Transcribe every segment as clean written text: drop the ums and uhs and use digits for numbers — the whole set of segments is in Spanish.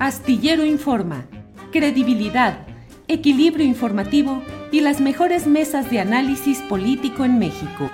Astillero Informa, credibilidad, equilibrio informativo y las mejores mesas de análisis político en México.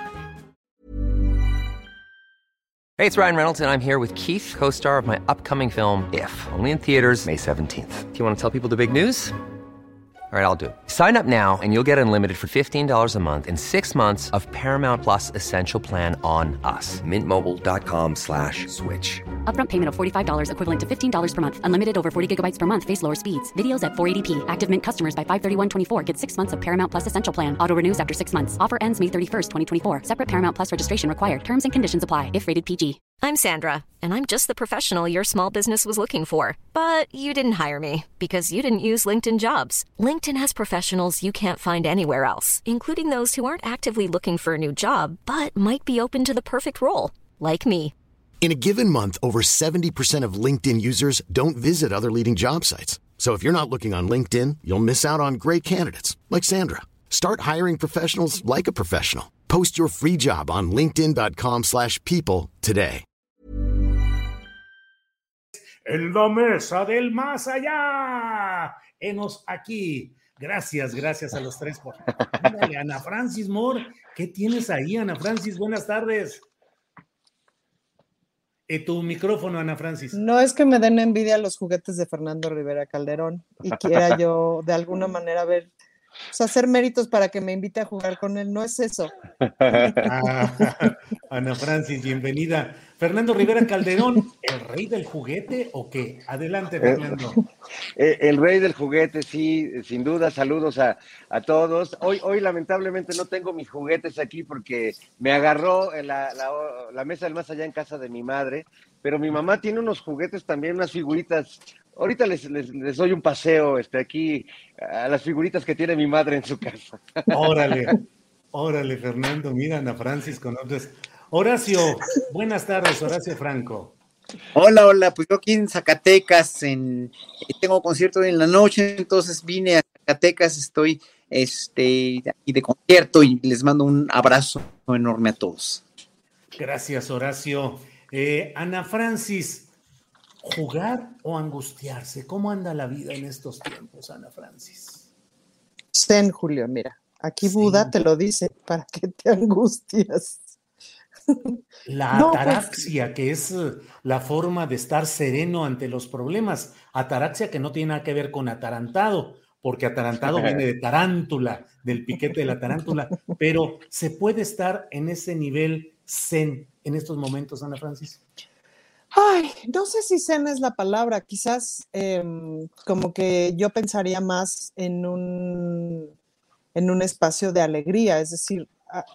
Hey, it's Ryan Reynolds, and I'm here with Keith, co-star of my upcoming film, If, only in theaters May 17th. Do you want to tell people the big news? All right, I'll do it. Sign up now and you'll get unlimited for $15 a month and 6 months of Paramount Plus Essential Plan on us. MintMobile.com/switch. Upfront payment of $45 equivalent to $15 per month. Unlimited over 40 gigabytes per month. Face lower speeds. Videos at 480p. Active Mint customers by 531.24 get 6 months of Paramount Plus Essential Plan. Auto renews after 6 months. Offer ends May 31st, 2024. Separate Paramount Plus registration required. Terms and conditions apply if rated PG. I'm Sandra, and I'm just the professional your small business was looking for. But you didn't hire me because you didn't use LinkedIn Jobs. LinkedIn has professionals you can't find anywhere else, including those who aren't actively looking for a new job, but might be open to the perfect role, like me. In a given month, over 70% of LinkedIn users don't visit other leading job sites. So if you're not looking on LinkedIn, you'll miss out on great candidates like Sandra. Start hiring professionals like a professional. Post your free job on linkedin.com/people today. En la mesa del más allá. Enos aquí. Gracias a los tres por... Ándale, Ana Francis Moore, ¿qué tienes ahí, Ana Francis? Buenas tardes. Tu micrófono, Ana Francis. No es que me den envidia los juguetes de Fernando Rivera Calderón y quiera yo de alguna manera ver, hacer méritos para que me invite a jugar con él, no es eso. Ana Francis, bienvenida. Fernando Rivera Calderón, ¿el rey del juguete o qué? Adelante, Fernando. El rey del juguete, sí, sin duda. Saludos a todos. Hoy lamentablemente no tengo mis juguetes aquí porque me agarró la mesa del más allá en casa de mi madre, pero mi mamá tiene unos juguetes también, unas figuritas. Ahorita les doy un paseo aquí a las figuritas que tiene mi madre en su casa. Órale, Fernando. Mira, Ana Francis, conoces. Horacio, buenas tardes, Horacio Franco. Hola, pues yo aquí en Zacatecas, tengo concierto en la noche, entonces vine a Zacatecas, estoy aquí de concierto y les mando un abrazo enorme a todos. Gracias, Horacio. Ana Francis, ¿jugar o angustiarse? ¿Cómo anda la vida en estos tiempos, Ana Francis? Zen, Julio, mira, aquí Buda te lo dice, ¿para qué te angustias? La ataraxia, que es la forma de estar sereno ante los problemas. Ataraxia que no tiene nada que ver con atarantado, porque atarantado viene de tarántula, del piquete de la tarántula, pero ¿se puede estar en ese nivel zen en estos momentos, Ana Francis? Ay, no sé si zen es la palabra, quizás como que yo pensaría más en un espacio de alegría, es decir,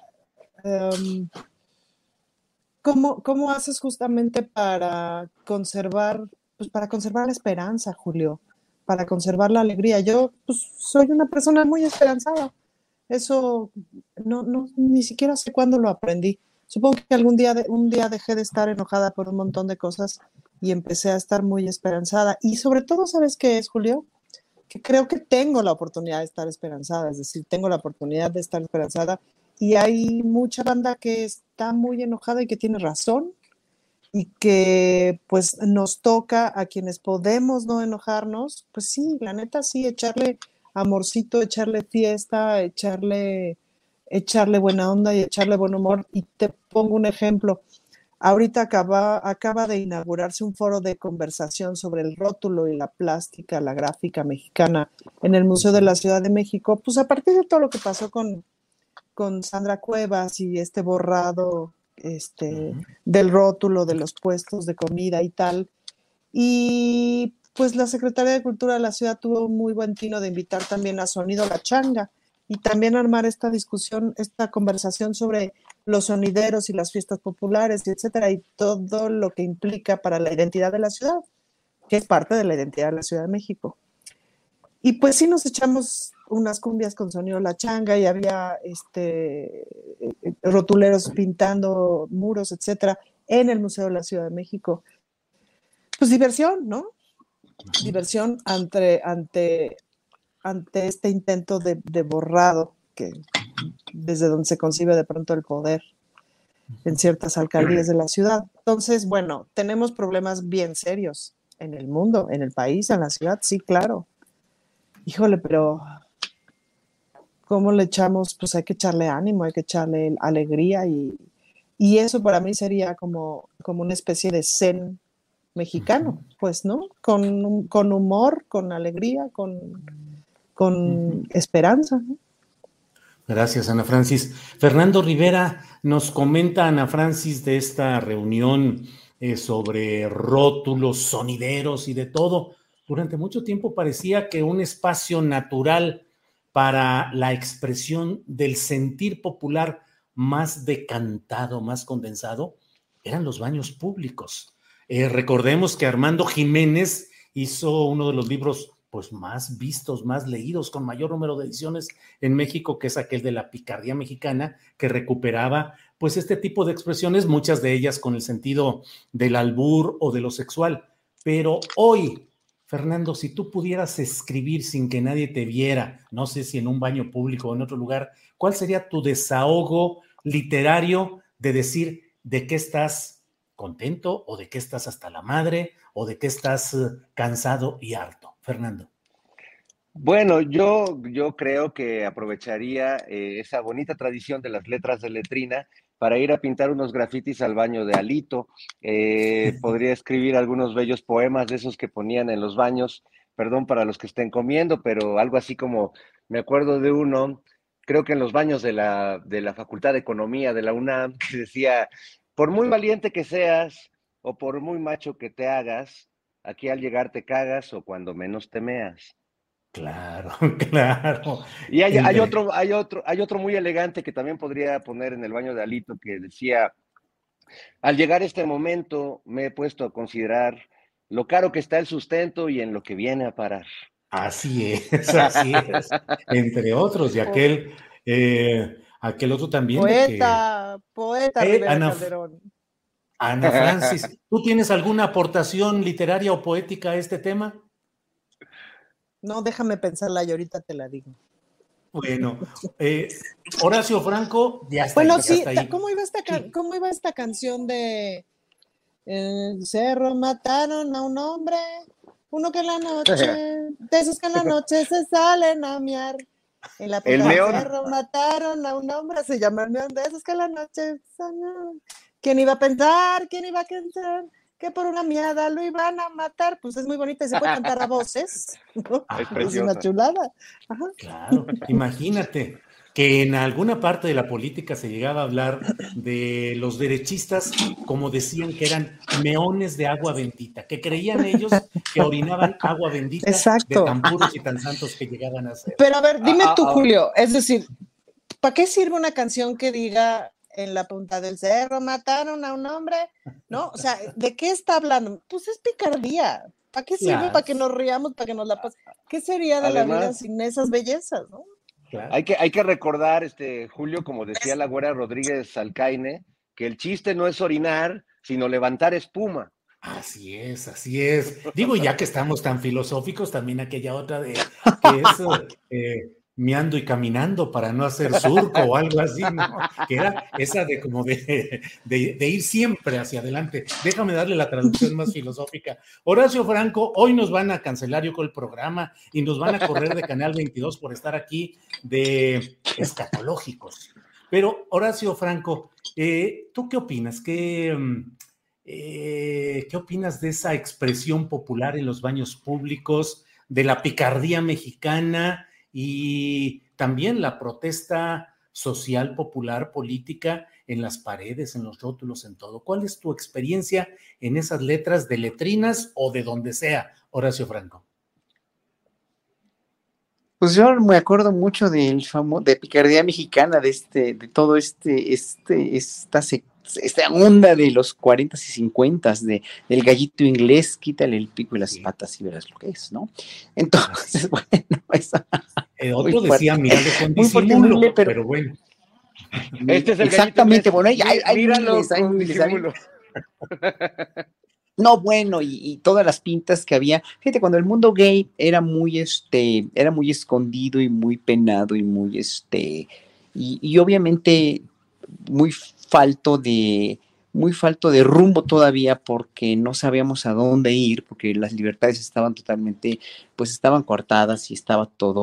¿Cómo haces justamente para conservar la esperanza, Julio? Para conservar la alegría. Yo soy una persona muy esperanzada. Eso ni siquiera sé cuándo lo aprendí. Supongo que un día dejé de estar enojada por un montón de cosas y empecé a estar muy esperanzada. Y sobre todo, ¿sabes qué es, Julio? Que creo que tengo la oportunidad de estar esperanzada. Es decir, tengo la oportunidad de estar esperanzada. Y hay mucha banda que está muy enojada y que tiene razón y que pues nos toca a quienes podemos no enojarnos, pues sí, la neta sí, echarle amorcito, echarle fiesta, echarle buena onda y echarle buen humor. Y te pongo un ejemplo. Ahorita acaba de inaugurarse un foro de conversación sobre el rótulo y la plástica, la gráfica mexicana en el Museo de la Ciudad de México, pues a partir de todo lo que pasó con Sandra Cuevas y este borrado del rótulo de los puestos de comida y tal. Y pues la Secretaría de Cultura de la ciudad tuvo un muy buen tino de invitar también a Sonido La Changa y también armar esta discusión, esta conversación sobre los sonideros y las fiestas populares, y etcétera, y todo lo que implica para la identidad de la ciudad, que es parte de la identidad de la Ciudad de México. Y pues sí nos echamos unas cumbias con Sonido La Changa y había rotuleros pintando muros, etcétera, en el Museo de la Ciudad de México. Pues diversión, ¿no? Diversión ante este intento de borrado que desde donde se concibe de pronto el poder en ciertas alcaldías de la ciudad. Entonces, bueno, tenemos problemas bien serios en el mundo, en el país, en la ciudad, sí, claro. Híjole, pero ¿cómo le echamos? Pues hay que echarle ánimo, hay que echarle alegría y eso para mí sería como una especie de zen mexicano, pues, ¿no? Con humor, con alegría, con esperanza, ¿no? Gracias, Ana Francis. Fernando Rivera nos comenta, Ana Francis, de esta reunión sobre rótulos, sonideros y de todo. Durante mucho tiempo parecía que un espacio natural para la expresión del sentir popular más decantado, más condensado, eran los baños públicos. Recordemos que Armando Jiménez hizo uno de los libros pues más vistos, más leídos, con mayor número de ediciones en México, que es aquel de la picardía mexicana, que recuperaba pues este tipo de expresiones, muchas de ellas con el sentido del albur o de lo sexual. Pero hoy, Fernando, si tú pudieras escribir sin que nadie te viera, no sé si en un baño público o en otro lugar, ¿cuál sería tu desahogo literario de decir de qué estás contento o de qué estás hasta la madre o de qué estás cansado y harto? Fernando. Bueno, yo creo que aprovecharía esa bonita tradición de las letras de letrina para ir a pintar unos grafitis al baño de Alito. Podría escribir algunos bellos poemas de esos que ponían en los baños, perdón para los que estén comiendo, pero algo así como, me acuerdo de uno, creo que en los baños de la Facultad de Economía de la UNAM, que decía, por muy valiente que seas o por muy macho que te hagas, aquí al llegar te cagas o cuando menos te meas. Claro, claro. Y hay otro muy elegante que también podría poner en el baño de Alito que decía, al llegar este momento me he puesto a considerar lo caro que está el sustento y en lo que viene a parar. Así es, así es. Entre otros, y aquel otro también. Poeta Rivera Calderón. Ana Francis, ¿tú tienes alguna aportación literaria o poética a este tema? No, déjame pensarla y ahorita te la digo. Bueno, Horacio Franco, ya está. Bueno, ahí, sí, está ahí. ¿Cómo iba esta canción de el cerro mataron a un hombre, uno que en la noche, de esos que en la noche se salen a miar? En la punta del cerro mataron a un hombre, se llama el León, de esos que en la noche, ¿quién iba a pensar? ¿Quién iba a pensar que por una miada lo iban a matar? Pues es muy bonita y se puede cantar a voces, ¿no? Es una chulada. Ajá. Claro, imagínate que en alguna parte de la política se llegaba a hablar de los derechistas, como decían que eran meones de agua bendita, que creían ellos que orinaban agua bendita. Exacto. De tan puros y tan santos que llegaban a ser. Pero a ver, dime tú, Julio, es decir, ¿para qué sirve una canción que diga en la punta del cerro mataron a un hombre? ¿No? O sea, ¿de qué está hablando? Pues es picardía. ¿Para qué sirve? Claro. Para que nos riamos, para que nos la pasemos. ¿Qué sería de la vida sin esas bellezas, no? Claro. Hay que recordar, Julio, como decía la güera Rodríguez Alcaine, que el chiste no es orinar, sino levantar espuma. Así es, así es. Digo, ya que estamos tan filosóficos, también aquella otra de que es meando y caminando para no hacer surco o algo así, ¿no? Que era esa de como de ir siempre hacia adelante. Déjame darle la traducción más filosófica. Horacio Franco, hoy nos van a cancelar yo con el programa y nos van a correr de Canal 22 por estar aquí de escatológicos. Pero, Horacio Franco, ¿tú qué opinas? ¿Qué opinas de esa expresión popular en los baños públicos, de la picardía mexicana y también la protesta social, popular, política en las paredes, en los rótulos, en todo? ¿Cuál es tu experiencia en esas letras de letrinas o de donde sea, Horacio Franco? Pues yo me acuerdo mucho de picardía mexicana, de todo esta onda de los 40s y 50s, del gallito inglés, quítale el pico y las patas y verás lo que es, ¿no? Entonces, bueno, eso. Otro decía, mira, con disimulo, pero bueno. Este es el exactamente, bueno, míralo con disimulo. No, bueno, y todas las pintas que había. Fíjate, cuando el mundo gay era muy escondido y muy penado y muy y obviamente muy falto de muy falto de rumbo todavía porque no sabíamos a dónde ir, porque las libertades estaban totalmente, pues estaban coartadas y estaba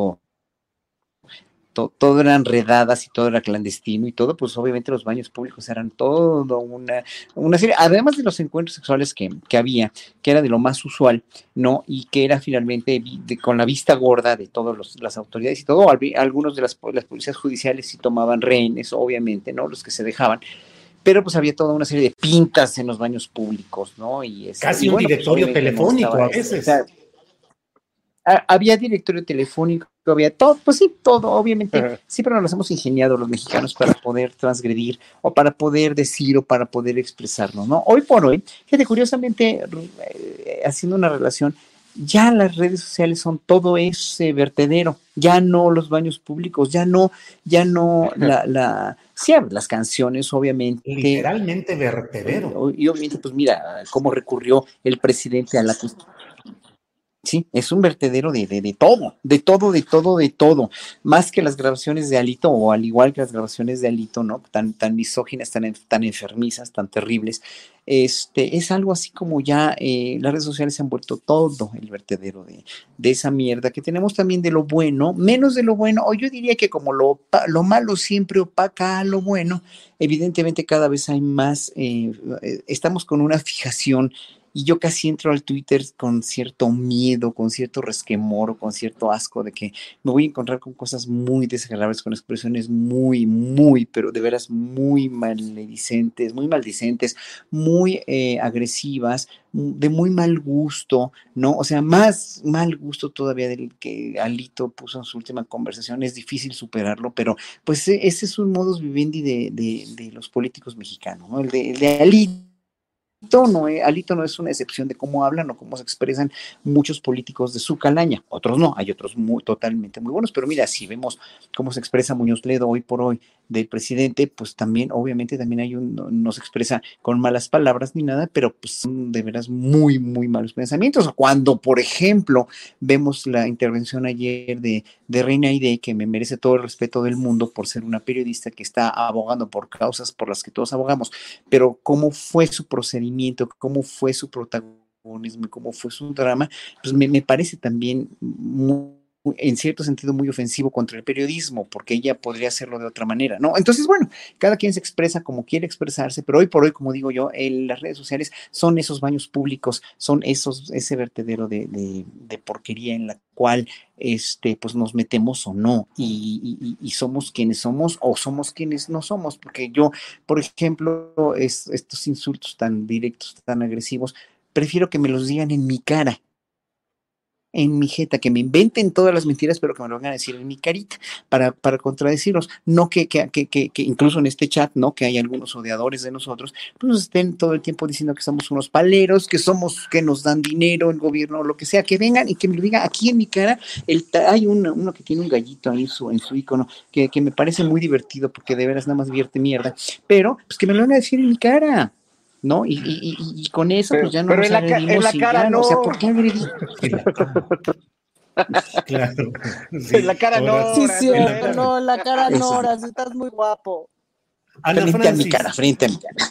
todo eran redadas y todo era clandestino y todo, pues obviamente los baños públicos eran todo una serie, además de los encuentros sexuales que había, que era de lo más usual, ¿no? Y que era finalmente con la vista gorda de todas las autoridades y todo, algunos de las policías judiciales sí tomaban rehenes, obviamente, ¿no? Los que se dejaban, pero pues había toda una serie de pintas en los baños públicos, ¿no? Casi y un bueno, directorio pues, telefónico no a veces. o sea, había directorio telefónico, había todo, pues sí, todo, obviamente, siempre nos los hemos ingeniado los mexicanos para poder transgredir o para poder decir o para poder expresarnos, ¿no? Hoy por hoy, fíjate, curiosamente, haciendo una relación, ya las redes sociales son todo ese vertedero, ya no los baños públicos, ya no sí, las canciones, obviamente. Literalmente vertedero. Y obviamente, pues mira, cómo recurrió el presidente a la Sí, es un vertedero de todo, más que las grabaciones de Alito, o al igual que las grabaciones de Alito, ¿no? Tan misóginas, tan enfermizas, tan terribles. Es algo así como ya las redes sociales se han vuelto todo el vertedero de esa mierda que tenemos también de lo bueno, menos de lo bueno, o yo diría que como lo malo siempre opaca a lo bueno, evidentemente cada vez hay más, estamos con una fijación. Y yo casi entro al Twitter con cierto miedo, con cierto resquemor, con cierto asco de que me voy a encontrar con cosas muy desagradables, con expresiones muy, pero de veras muy maldicentes, muy agresivas, de muy mal gusto, ¿no? O sea, más mal gusto todavía del que Alito puso en su última conversación. Es difícil superarlo, pero pues ese es un modus vivendi de los políticos mexicanos, ¿no? El de Alito. Alito no es una excepción de cómo hablan o cómo se expresan muchos políticos de su calaña, otros no, hay otros totalmente muy buenos, pero mira, si vemos cómo se expresa Muñoz Ledo hoy por hoy del presidente, pues también, obviamente también no se expresa con malas palabras ni nada, pero pues son de veras muy malos pensamientos. Cuando, por ejemplo, vemos la intervención ayer de Reina Aide, que me merece todo el respeto del mundo por ser una periodista que está abogando por causas por las que todos abogamos, pero cómo fue su procedimiento, cómo fue su protagonismo, cómo fue su drama, pues me parece también en cierto sentido muy ofensivo contra el periodismo, porque ella podría hacerlo de otra manera, ¿no? Entonces, bueno, cada quien se expresa como quiere expresarse, pero hoy por hoy, como digo yo, las redes sociales son esos baños públicos, son ese vertedero de porquería en la cual pues nos metemos o no, y somos quienes somos o somos quienes no somos, porque yo, por ejemplo, estos insultos tan directos, tan agresivos, prefiero que me los digan en mi cara, en mi jeta, que me inventen todas las mentiras, pero que me lo van a decir en mi carita para contradecirlos. No que incluso en este chat, ¿no? Que hay algunos odiadores de nosotros, pues nos estén todo el tiempo diciendo que somos unos paleros, que nos dan dinero, el gobierno, lo que sea, que vengan y que me lo digan aquí en mi cara. Hay uno que tiene un gallito ahí en su icono, que me parece muy divertido porque de veras nada más vierte mierda, pero pues que me lo van a decir en mi cara, ¿no? Y con eso pues ya no nos agredimos. En la cara no. O sea, ¿por qué agredir? Claro. Sí, en la cara no. Sí, cierto, no, en la cara no, Horas, estás muy guapo. Frente a mi cara. Frente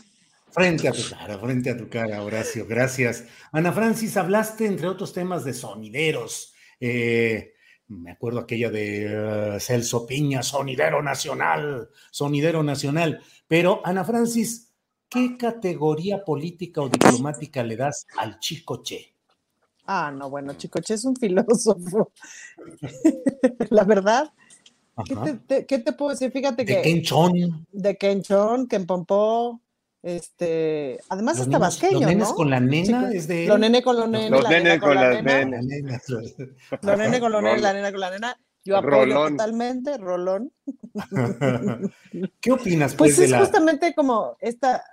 a tu cara, Horacio, gracias. Ana Francis, hablaste, entre otros temas, de sonideros. Me acuerdo aquella de Celso Piña, sonidero nacional. Pero, Ana Francis, ¿qué categoría política o diplomática le das al Chicoche? No, bueno, Chicoche es un filósofo. La verdad, ¿qué te puedo decir? Fíjate que... De Kenchón, Kenpompó, además es tabasqueño, ¿no? Los nenes con la nena es de él. Los nenes con los nenes, la nena con la nena. Los nenes con los nenes, la nena con la nena. Yo apoyo totalmente, Rolón. ¿Qué opinas, pues es justamente como esta...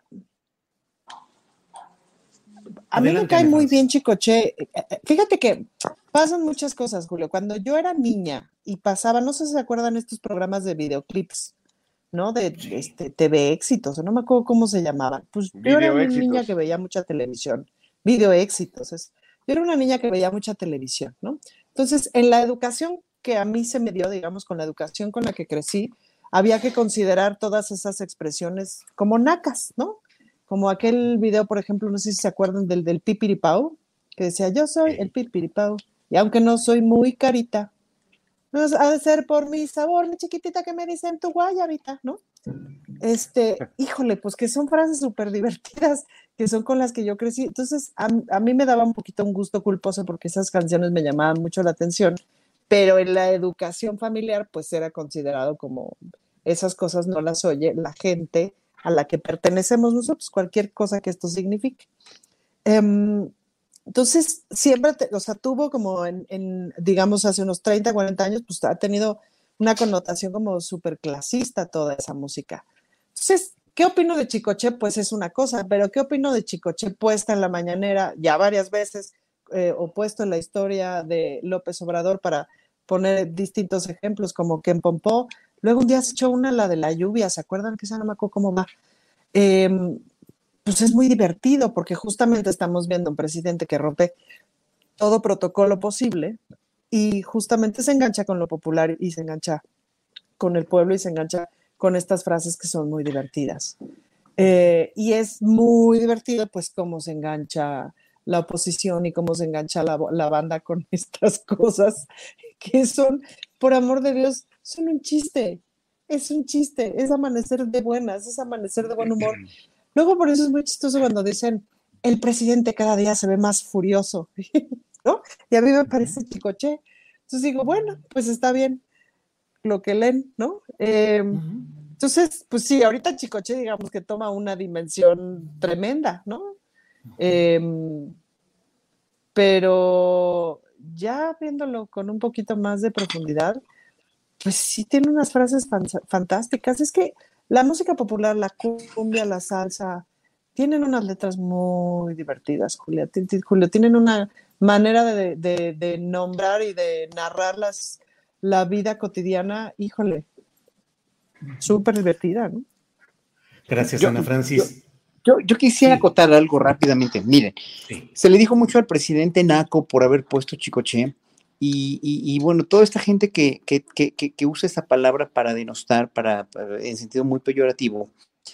A mí me cae muy bien Chicoche. Fíjate que pasan muchas cosas, Julio. Cuando yo era niña y pasaba, no sé si se acuerdan estos programas de videoclips, ¿no? De TV Éxitos, no me acuerdo cómo se llamaban. Pues yo era una niña que veía mucha televisión. Video Éxitos. Yo era una niña que veía mucha televisión, ¿no? Entonces, en la educación que a mí se me dio, digamos, con la educación con la que crecí, había que considerar todas esas expresiones como nacas, ¿no? como aquel video, por ejemplo, no sé si se acuerdan del Pipiripao, que decía, yo soy el Pipiripao, y aunque no soy muy carita, no ha de ser por mi sabor, mi chiquitita que me dicen tu guayabita, ¿no? Híjole, pues que son frases súper divertidas, que son con las que yo crecí. Entonces, a mí me daba un poquito un gusto culposo porque esas canciones me llamaban mucho la atención, pero en la educación familiar, pues era considerado como esas cosas no las oye la gente a la que pertenecemos nosotros, cualquier cosa que esto signifique. Entonces, siempre, o sea, tuvo como digamos, hace unos 30, 40 años, pues ha tenido una connotación como súper clasista toda esa música. Entonces, ¿qué opino de Chicoche? Pues es una cosa, pero ¿qué opino de Chicoche puesta en la mañanera ya varias veces, o puesto en la historia de López Obrador para poner distintos ejemplos como Ken Pompó? Luego un día se echó la de la lluvia, ¿se acuerdan? Que esa no me acuerdo cómo va. Pues es muy divertido porque justamente estamos viendo un presidente que rompe todo protocolo posible y justamente se engancha con lo popular y se engancha con el pueblo y se engancha con estas frases que son muy divertidas. Y es muy divertido pues cómo se engancha la oposición y cómo se engancha la banda con estas cosas que son, por amor de Dios, son un chiste. Es un chiste, es amanecer de buenas, es amanecer de buen humor. Luego por eso es muy chistoso cuando dicen, el presidente cada día se ve más furioso, ¿no? Y a mí me parece Chicoche. Entonces digo, bueno, pues está bien lo que leen, ¿no? Entonces, pues sí, ahorita Chicoche digamos que toma una dimensión tremenda, ¿no? Pero ya viéndolo con un poquito más de profundidad, pues sí tiene unas frases fantásticas. Es que la música popular, la cumbia, la salsa, tienen unas letras muy divertidas, Julio. Tienen una manera de nombrar y de narrar la vida cotidiana, híjole, súper divertida, ¿no? Gracias, Ana Francis. Yo quisiera acotar algo rápidamente. Miren, se le dijo mucho al presidente Naco por haber puesto Chicoche. Y bueno, toda esta gente que usa esta palabra para denostar, en sentido muy peyorativo,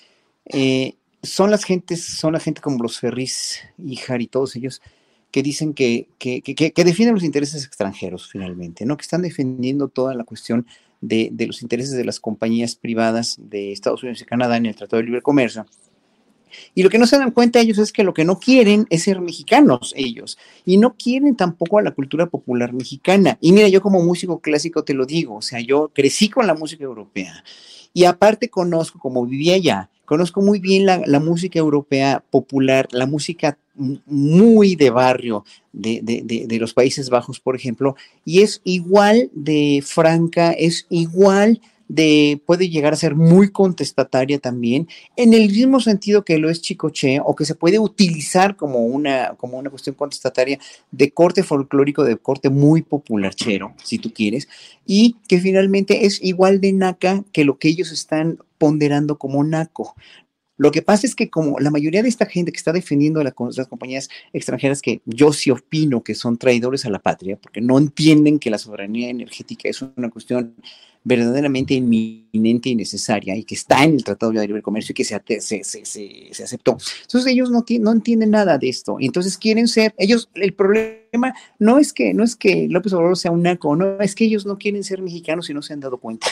son la gente como los Ferris, Híjar y todos ellos, que dicen que defienden los intereses extranjeros finalmente, ¿no? Que están defendiendo toda la cuestión de los intereses de las compañías privadas de Estados Unidos y Canadá en el Tratado de Libre Comercio. Y lo que no se dan cuenta ellos es que lo que no quieren es ser mexicanos ellos, y no quieren tampoco a la cultura popular mexicana. Y mira, yo como músico clásico te lo digo, o sea, yo crecí con la música europea, y aparte conozco, como vivía allá, conozco muy bien la música europea popular, la música muy de barrio de los Países Bajos, por ejemplo, y es igual de franca, es igual puede llegar a ser muy contestataria también, en el mismo sentido que lo es Chicoche, o que se puede utilizar como una cuestión contestataria de corte folclórico, de corte muy popularchero, si tú quieres, y que finalmente es igual de naca que lo que ellos están ponderando como naco. Lo que pasa es que como la mayoría de esta gente que está defendiendo las compañías extranjeras, que yo sí opino que son traidores a la patria, porque no entienden que la soberanía energética es una cuestión verdaderamente inminente y necesaria, y que está en el Tratado de Libre Comercio y que se aceptó. Entonces ellos no entienden nada de esto, y entonces quieren ser, el problema no es que López Obrador sea un naco, no, es que ellos no quieren ser mexicanos y no se han dado cuenta.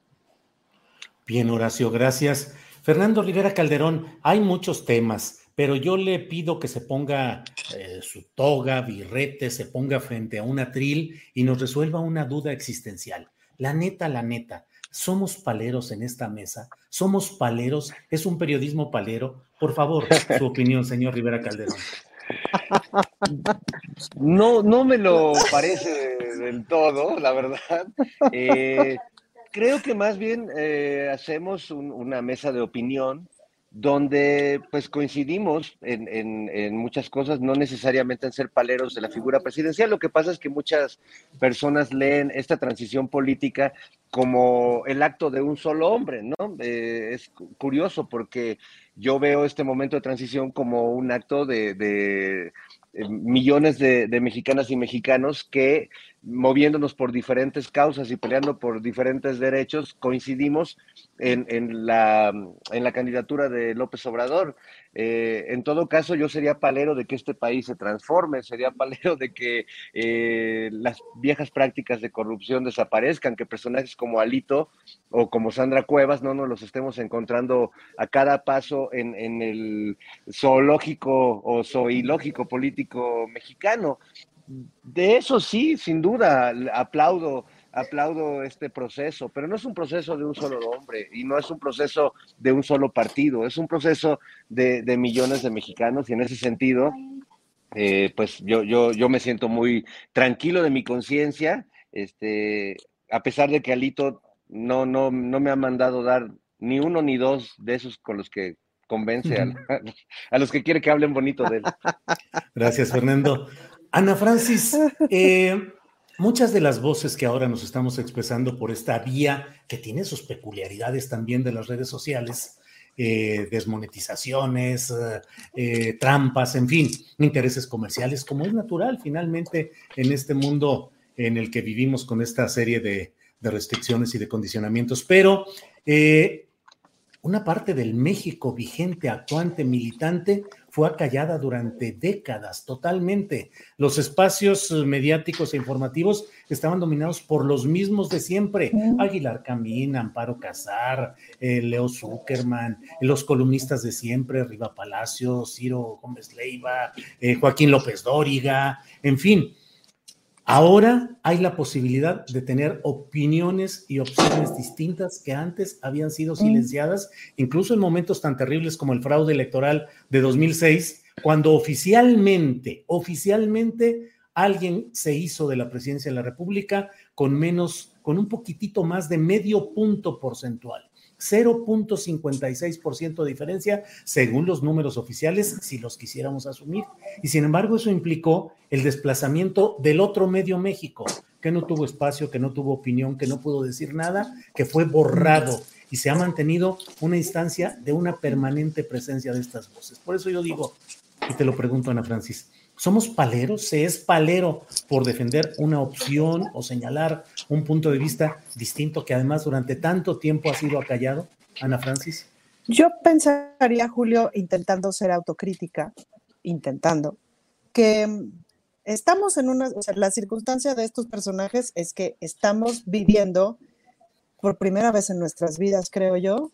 Bien, Horacio, gracias. Fernando Rivera Calderón, hay muchos temas, pero yo le pido que se ponga su toga, birrete, se ponga frente a un atril y nos resuelva una duda existencial. La neta, ¿somos paleros en esta mesa? ¿Somos paleros? ¿Es un periodismo palero? Por favor, su opinión, señor Rivera Calderón. No me lo parece del todo, la verdad. Creo que más bien hacemos una mesa de opinión donde pues coincidimos en muchas cosas, no necesariamente en ser paleros de la figura presidencial. Lo que pasa es que muchas personas leen esta transición política como el acto de un solo hombre, ¿no? Es curioso porque yo veo este momento de transición como un acto de millones de mexicanas y mexicanos que moviéndonos por diferentes causas y peleando por diferentes derechos, coincidimos en la candidatura de López Obrador. En todo caso, yo sería palero de que este país se transforme, sería palero de que las viejas prácticas de corrupción desaparezcan, que personajes como Alito o como Sandra Cuevas no nos los estemos encontrando a cada paso en el zoológico o zoológico político mexicano. De eso sí, sin duda, aplaudo este proceso, pero no es un proceso de un solo hombre y no es un proceso de un solo partido, es un proceso de millones de mexicanos y en ese sentido, pues yo me siento muy tranquilo de mi conciencia, a pesar de que Alito no me ha mandado dar ni uno ni dos de esos con los que convence a los que quiere que hablen bonito de él. Gracias, Fernando. Ana Francis, muchas de las voces que ahora nos estamos expresando por esta vía, que tiene sus peculiaridades también de las redes sociales, desmonetizaciones, trampas, en fin, intereses comerciales, como es natural finalmente en este mundo en el que vivimos con esta serie de restricciones y de condicionamientos, pero una parte del México vigente, actuante, militante, fue acallada durante décadas totalmente. Los espacios mediáticos e informativos estaban dominados por los mismos de siempre. Aguilar Camín, Amparo Casar, Leo Zuckerman, los columnistas de siempre, Riva Palacio, Ciro Gómez Leiva, Joaquín López Dóriga, en fin. Ahora hay la posibilidad de tener opiniones y opciones distintas que antes habían sido silenciadas, incluso en momentos tan terribles como el fraude electoral de 2006, cuando oficialmente alguien se hizo de la presidencia de la República con un poquitito más de medio punto porcentual. 0.56% de diferencia según los números oficiales, si los quisiéramos asumir. Y sin embargo, eso implicó el desplazamiento del otro medio México, que no tuvo espacio, que no tuvo opinión, que no pudo decir nada, que fue borrado. Y se ha mantenido una instancia de una permanente presencia de estas voces. Por eso yo digo, y te lo pregunto, Ana Francis, ¿somos paleros? ¿Se es palero por defender una opción o señalar un punto de vista distinto que además durante tanto tiempo ha sido acallado? Ana Francis. Yo pensaría, Julio, intentando ser autocrítica, que estamos en la circunstancia de estos personajes es que estamos viviendo por primera vez en nuestras vidas, creo yo,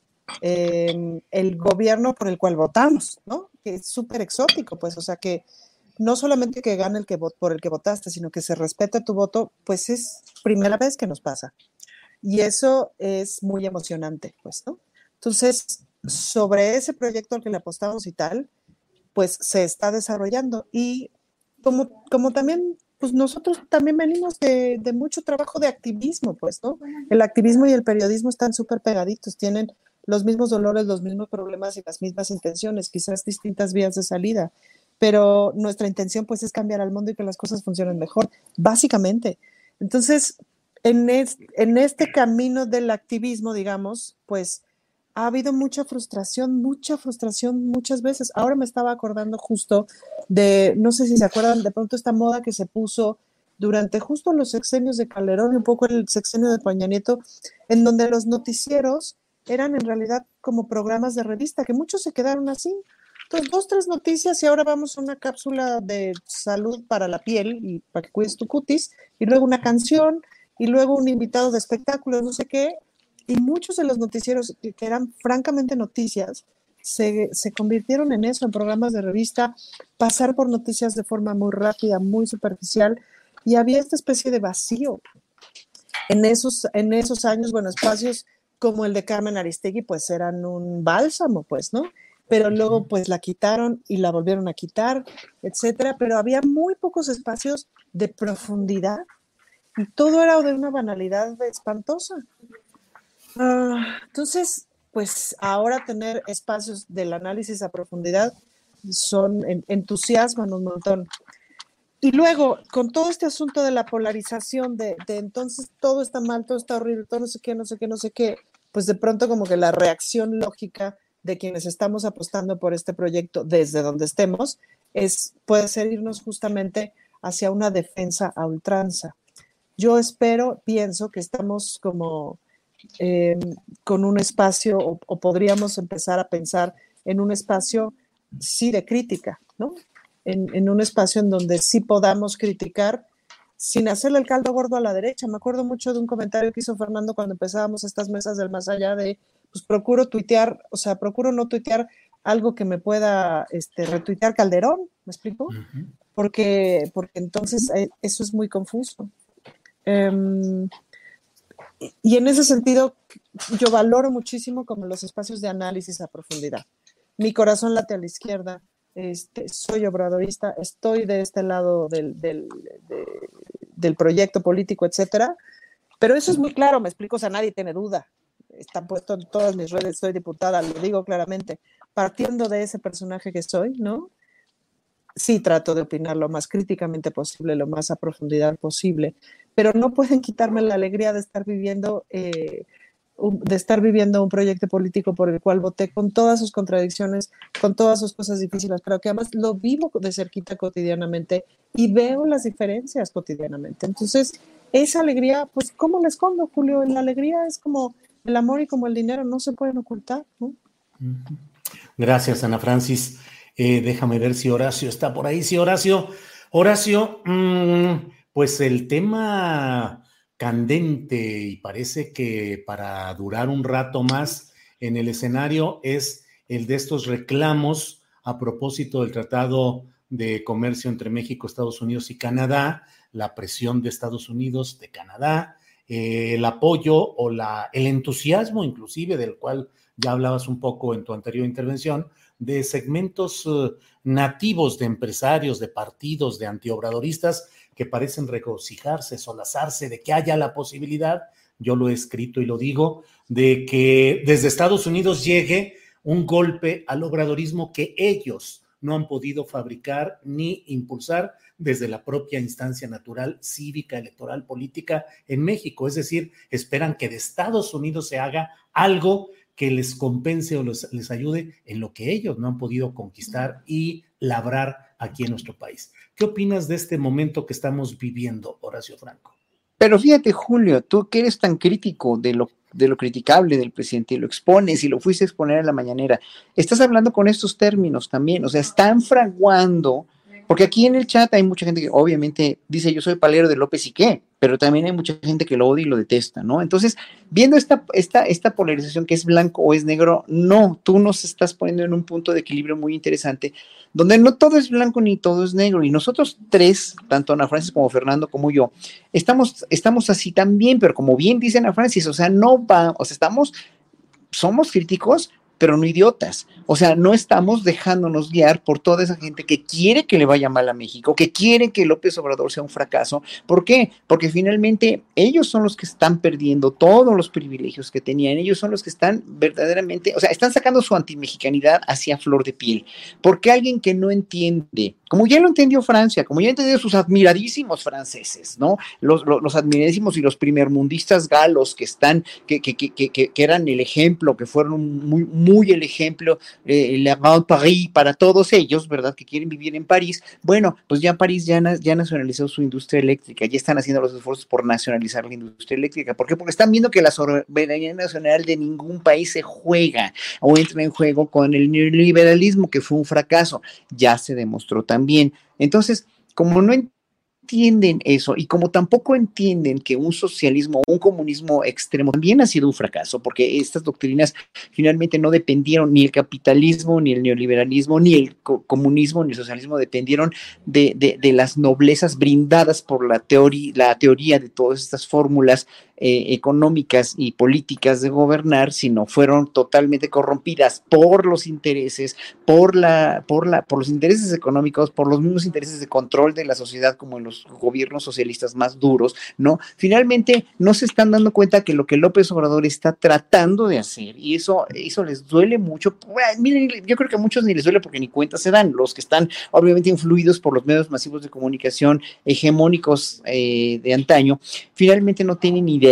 el gobierno por el cual votamos, ¿no? Que es súper exótico, pues, o sea que no solamente que gane por el que votaste, sino que se respete tu voto, pues es primera vez que nos pasa. Y eso es muy emocionante, pues, ¿no? Entonces, sobre ese proyecto al que le apostamos y tal, pues se está desarrollando. Y como también, pues nosotros también venimos de mucho trabajo de activismo, pues, ¿no? El activismo y el periodismo están súper pegaditos, tienen los mismos dolores, los mismos problemas y las mismas intenciones, quizás distintas vías de salida. Pero nuestra intención pues es cambiar al mundo y que las cosas funcionen mejor, básicamente. Entonces, en este camino del activismo, digamos, pues ha habido mucha frustración muchas veces. Ahora me estaba acordando justo de, no sé si se acuerdan, de pronto esta moda que se puso durante justo los sexenios de Calderón y un poco el sexenio de Peña Nieto, en donde los noticieros eran en realidad como programas de revista, que muchos se quedaron así. Entonces, 2, 3 noticias y ahora vamos a una cápsula de salud para la piel y para que cuides tu cutis, y luego una canción, y luego un invitado de espectáculos, no sé qué, y muchos de los noticieros que eran francamente noticias se convirtieron en eso, en programas de revista, pasar por noticias de forma muy rápida, muy superficial, y había esta especie de vacío. En esos años, bueno, espacios como el de Carmen Aristegui, pues eran un bálsamo, pues, ¿no? Pero luego pues la quitaron y la volvieron a quitar, etcétera, pero había muy pocos espacios de profundidad y todo era de una banalidad espantosa. Entonces, pues ahora tener espacios del análisis a profundidad entusiasman un montón. Y luego, con todo este asunto de la polarización, de entonces todo está mal, todo está horrible, todo no sé qué, pues de pronto como que la reacción lógica de quienes estamos apostando por este proyecto desde donde estemos, puede ser irnos justamente hacia una defensa a ultranza. Yo pienso que estamos como con un espacio, o podríamos empezar a pensar en un espacio, sí, de crítica, ¿no? En un espacio en donde sí podamos criticar sin hacerle el caldo gordo a la derecha. Me acuerdo mucho de un comentario que hizo Fernando cuando empezábamos estas mesas del más allá de, pues procuro no tuitear algo que me pueda retuitear Calderón, ¿me explico? Uh-huh. Porque entonces eso es muy confuso. Y en ese sentido, yo valoro muchísimo como los espacios de análisis a profundidad. Mi corazón late a la izquierda, soy obradorista, estoy de este lado del proyecto político, etcétera, pero eso es muy claro, me explico, o sea, nadie tiene duda. Está puesto en todas mis redes, soy diputada, lo digo claramente, partiendo de ese personaje que soy, ¿no? Sí trato de opinar lo más críticamente posible, lo más a profundidad posible, pero no pueden quitarme la alegría de estar viviendo un proyecto político por el cual voté, con todas sus contradicciones, con todas sus cosas difíciles, pero que además lo vivo de cerquita cotidianamente y veo las diferencias cotidianamente. Entonces, esa alegría, pues, ¿cómo la escondo, Julio? La alegría es como el amor y como el dinero, no se pueden ocultar, ¿no? Gracias, Ana Francis. Déjame ver si Horacio está por ahí. Sí, Horacio, pues el tema candente y parece que para durar un rato más en el escenario es el de estos reclamos a propósito del Tratado de Comercio entre México, Estados Unidos y Canadá, la presión de Estados Unidos, de Canadá, el apoyo o el entusiasmo inclusive del cual ya hablabas un poco en tu anterior intervención, de segmentos nativos de empresarios, de partidos, de antiobradoristas que parecen regocijarse, solazarse de que haya la posibilidad, yo lo he escrito y lo digo, de que desde Estados Unidos llegue un golpe al obradorismo que ellos no han podido fabricar ni impulsar desde la propia instancia natural, cívica, electoral, política en México. Es decir, esperan que de Estados Unidos se haga algo que les compense o les ayude en lo que ellos no han podido conquistar y labrar aquí en nuestro país. ¿Qué opinas de este momento que estamos viviendo, Horacio Franco? Pero fíjate, Julio, tú que eres tan crítico de lo criticable del presidente y lo expones y lo fuiste a exponer en la mañanera, estás hablando con estos términos también, o sea, están fraguando, porque aquí en el chat hay mucha gente que obviamente dice yo soy palero de López y qué, pero también hay mucha gente que lo odia y lo detesta, ¿no? Entonces, viendo esta polarización que es blanco o es negro, no, tú nos estás poniendo en un punto de equilibrio muy interesante, donde no todo es blanco ni todo es negro, y nosotros tres, tanto Ana Francis como Fernando como yo, estamos así también, pero como bien dice Ana Francis, o sea, somos críticos, pero no idiotas. O sea, no estamos dejándonos guiar por toda esa gente que quiere que le vaya mal a México, que quiere que López Obrador sea un fracaso. ¿Por qué? Porque finalmente ellos son los que están perdiendo todos los privilegios que tenían. Ellos son los que están verdaderamente, o sea, están sacando su antimexicanidad hacia flor de piel. Porque alguien que no entiende, como ya lo entendió Francia, como ya entendió sus admiradísimos franceses, ¿no? Los admiradísimos y los primermundistas galos que eran el ejemplo, que fueron muy el ejemplo, la Grande Paris para todos ellos, ¿verdad? Que quieren vivir en París. Bueno, pues ya París ya nacionalizó su industria eléctrica, ya están haciendo los esfuerzos por nacionalizar la industria eléctrica. ¿Por qué? Porque están viendo que la soberanía nacional de ningún país se juega o entra en juego con el neoliberalismo, que fue un fracaso. Ya se demostró también. Entonces, como no entienden eso y como tampoco entienden que un socialismo o un comunismo extremo también ha sido un fracaso, porque estas doctrinas finalmente no dependieron, ni el capitalismo, ni el neoliberalismo, ni el comunismo, ni el socialismo dependieron de las noblezas brindadas por la teoría de todas estas fórmulas económicas y políticas de gobernar, sino fueron totalmente corrompidas por los intereses, por los intereses económicos, por los mismos intereses de control de la sociedad, como en los gobiernos socialistas más duros, ¿no? Finalmente no se están dando cuenta que lo que López Obrador está tratando de hacer, y eso les duele mucho. Bueno, miren, yo creo que a muchos ni les duele porque ni cuenta se dan, los que están obviamente influidos por los medios masivos de comunicación hegemónicos de antaño, finalmente no tienen idea.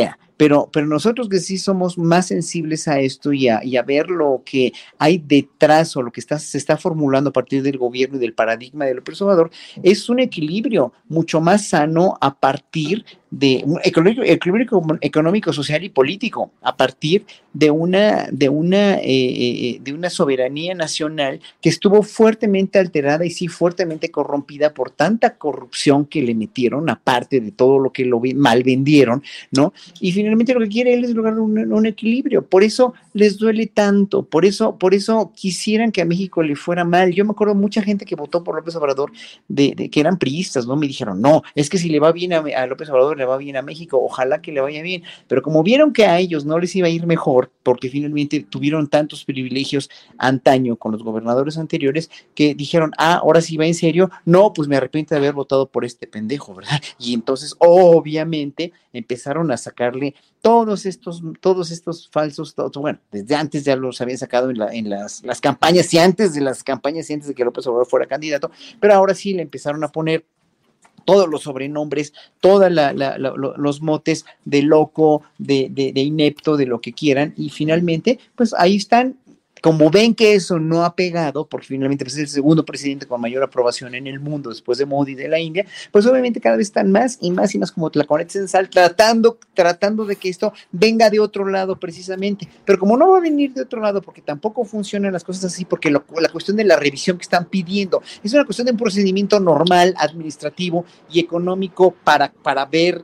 pero nosotros que sí somos más sensibles a esto y a ver lo que hay detrás o lo que se está formulando a partir del gobierno y del paradigma de López Obrador, es un equilibrio mucho más sano a partir de un equilibrio económico, social y político, a partir de una soberanía nacional que estuvo fuertemente alterada y sí fuertemente corrompida por tanta corrupción que le metieron, aparte de todo lo que mal vendieron, ¿no? Y finalmente lo que quiere él es lograr un equilibrio. Por eso les duele tanto, por eso quisieran que a México le fuera mal. Yo me acuerdo mucha gente que votó por López Obrador de que eran priistas, ¿no? Me dijeron, no, es que si le va bien a López Obrador, le va bien a México, ojalá que le vaya bien. Pero como vieron que a ellos no les iba a ir mejor, porque finalmente tuvieron tantos privilegios antaño con los gobernadores anteriores, que dijeron, ahora sí va en serio, no, pues me arrepiento de haber votado por este pendejo, ¿verdad? Y entonces, obviamente, empezaron a sacarle todos estos falsos, bueno, desde antes ya los habían sacado en las campañas y antes de las campañas y antes de que López Obrador fuera candidato, pero ahora sí le empezaron a poner todos los sobrenombres, todos los motes de loco, de inepto, de lo que quieran, y finalmente, pues ahí están. Como ven que eso no ha pegado, porque finalmente pues, es el segundo presidente con mayor aprobación en el mundo después de Modi de la India, pues obviamente cada vez están más y más como tlaconetes en sal, tratando de que esto venga de otro lado precisamente. Pero como no va a venir de otro lado, porque tampoco funcionan las cosas así, porque la cuestión de la revisión que están pidiendo es una cuestión de un procedimiento normal, administrativo y económico para ver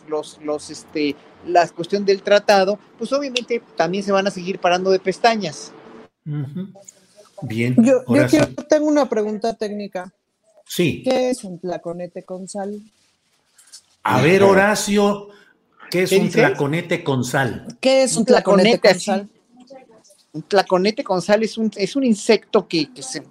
la cuestión del tratado, pues obviamente también se van a seguir parando de pestañas. Uh-huh. Bien. Yo tengo una pregunta técnica. Sí. ¿Qué es un tlaconete con sal? A ver, Horacio, ¿qué es un tlaconete con sal? ¿Qué es un tlaconete con sal? Un tlaconete con sal es un insecto que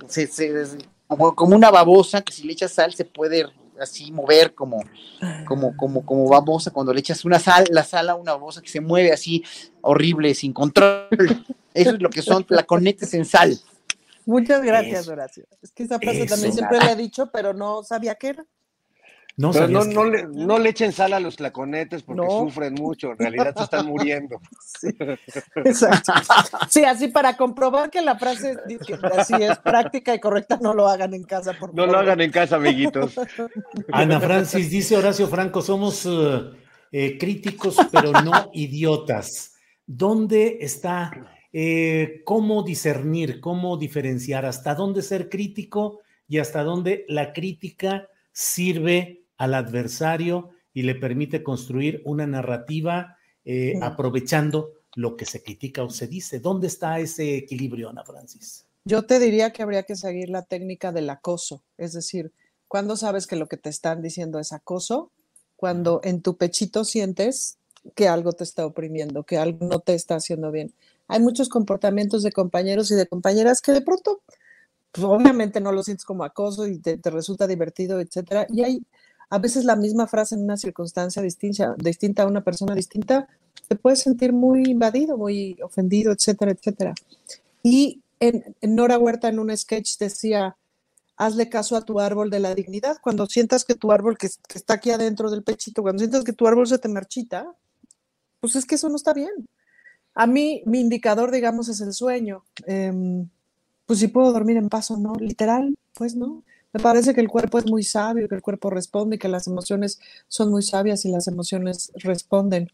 como una babosa, que si le echas sal se puede así mover como babosa. Cuando le echas la sal a una babosa que se mueve así horrible, sin control. Eso es lo que son tlaconetes en sal. Muchas gracias, Horacio. Es que esa frase también siempre le he dicho, pero no sabía qué era. No le echen sal a los tlaconetes porque sufren mucho, en realidad se están muriendo. Sí, exacto. Sí, así para comprobar que la frase así es práctica y correcta, no lo hagan en casa, por favor. No lo hagan en casa, amiguitos. Ana Francis dice, Horacio Franco, somos críticos pero no idiotas. ¿Dónde está, cómo discernir, cómo diferenciar, hasta dónde ser crítico y hasta dónde la crítica sirve al adversario y le permite construir una narrativa aprovechando lo que se critica o se dice? ¿Dónde está ese equilibrio, Ana Francis? Yo te diría que habría que seguir la técnica del acoso, es decir, ¿cuándo sabes que lo que te están diciendo es acoso? Cuando en tu pechito sientes que algo te está oprimiendo, que algo no te está haciendo bien. Hay muchos comportamientos de compañeros y de compañeras que de pronto, pues obviamente no lo sientes como acoso y te resulta divertido, etcétera, y hay a veces la misma frase en una circunstancia distinta a una persona distinta, te puedes sentir muy invadido, muy ofendido, etcétera, etcétera. Y en Nora Huerta en un sketch decía, hazle caso a tu árbol de la dignidad. Cuando sientas que tu árbol que está aquí adentro del pechito, cuando sientas que tu árbol se te marchita, pues es que eso no está bien. A mí, mi indicador, digamos, es el sueño. Pues si puedo dormir en paz o no, literal, pues no. Me parece que el cuerpo es muy sabio, que el cuerpo responde y que las emociones son muy sabias y las emociones responden.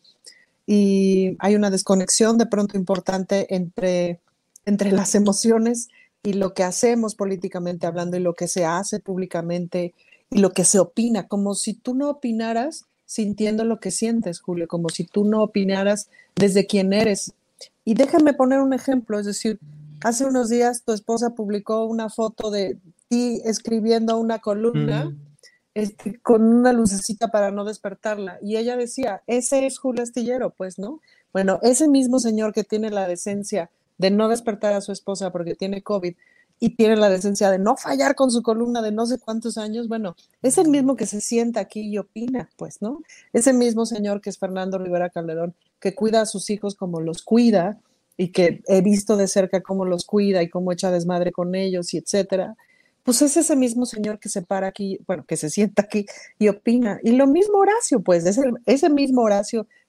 Y hay una desconexión de pronto importante entre las emociones y lo que hacemos políticamente hablando y lo que se hace públicamente y lo que se opina, como si tú no opinaras sintiendo lo que sientes, Julio, como si tú no opinaras desde quién eres. Y déjame poner un ejemplo, es decir, hace unos días tu esposa publicó una foto de ti escribiendo una columna con una lucecita para no despertarla. Y ella decía, ese es Julio Astillero, pues, ¿no? Bueno, ese mismo señor que tiene la decencia de no despertar a su esposa porque tiene COVID y tiene la decencia de no fallar con su columna de no sé cuántos años, bueno, es el mismo que se sienta aquí y opina, pues, ¿no? Ese mismo señor que es Fernando Rivera Calderón, que cuida a sus hijos como los cuida y que he visto de cerca cómo los cuida y cómo echa desmadre con ellos y etcétera, pues es ese mismo señor que se para aquí, bueno, que se sienta aquí y opina. Y lo mismo Horacio, pues, es ese mismo Horacio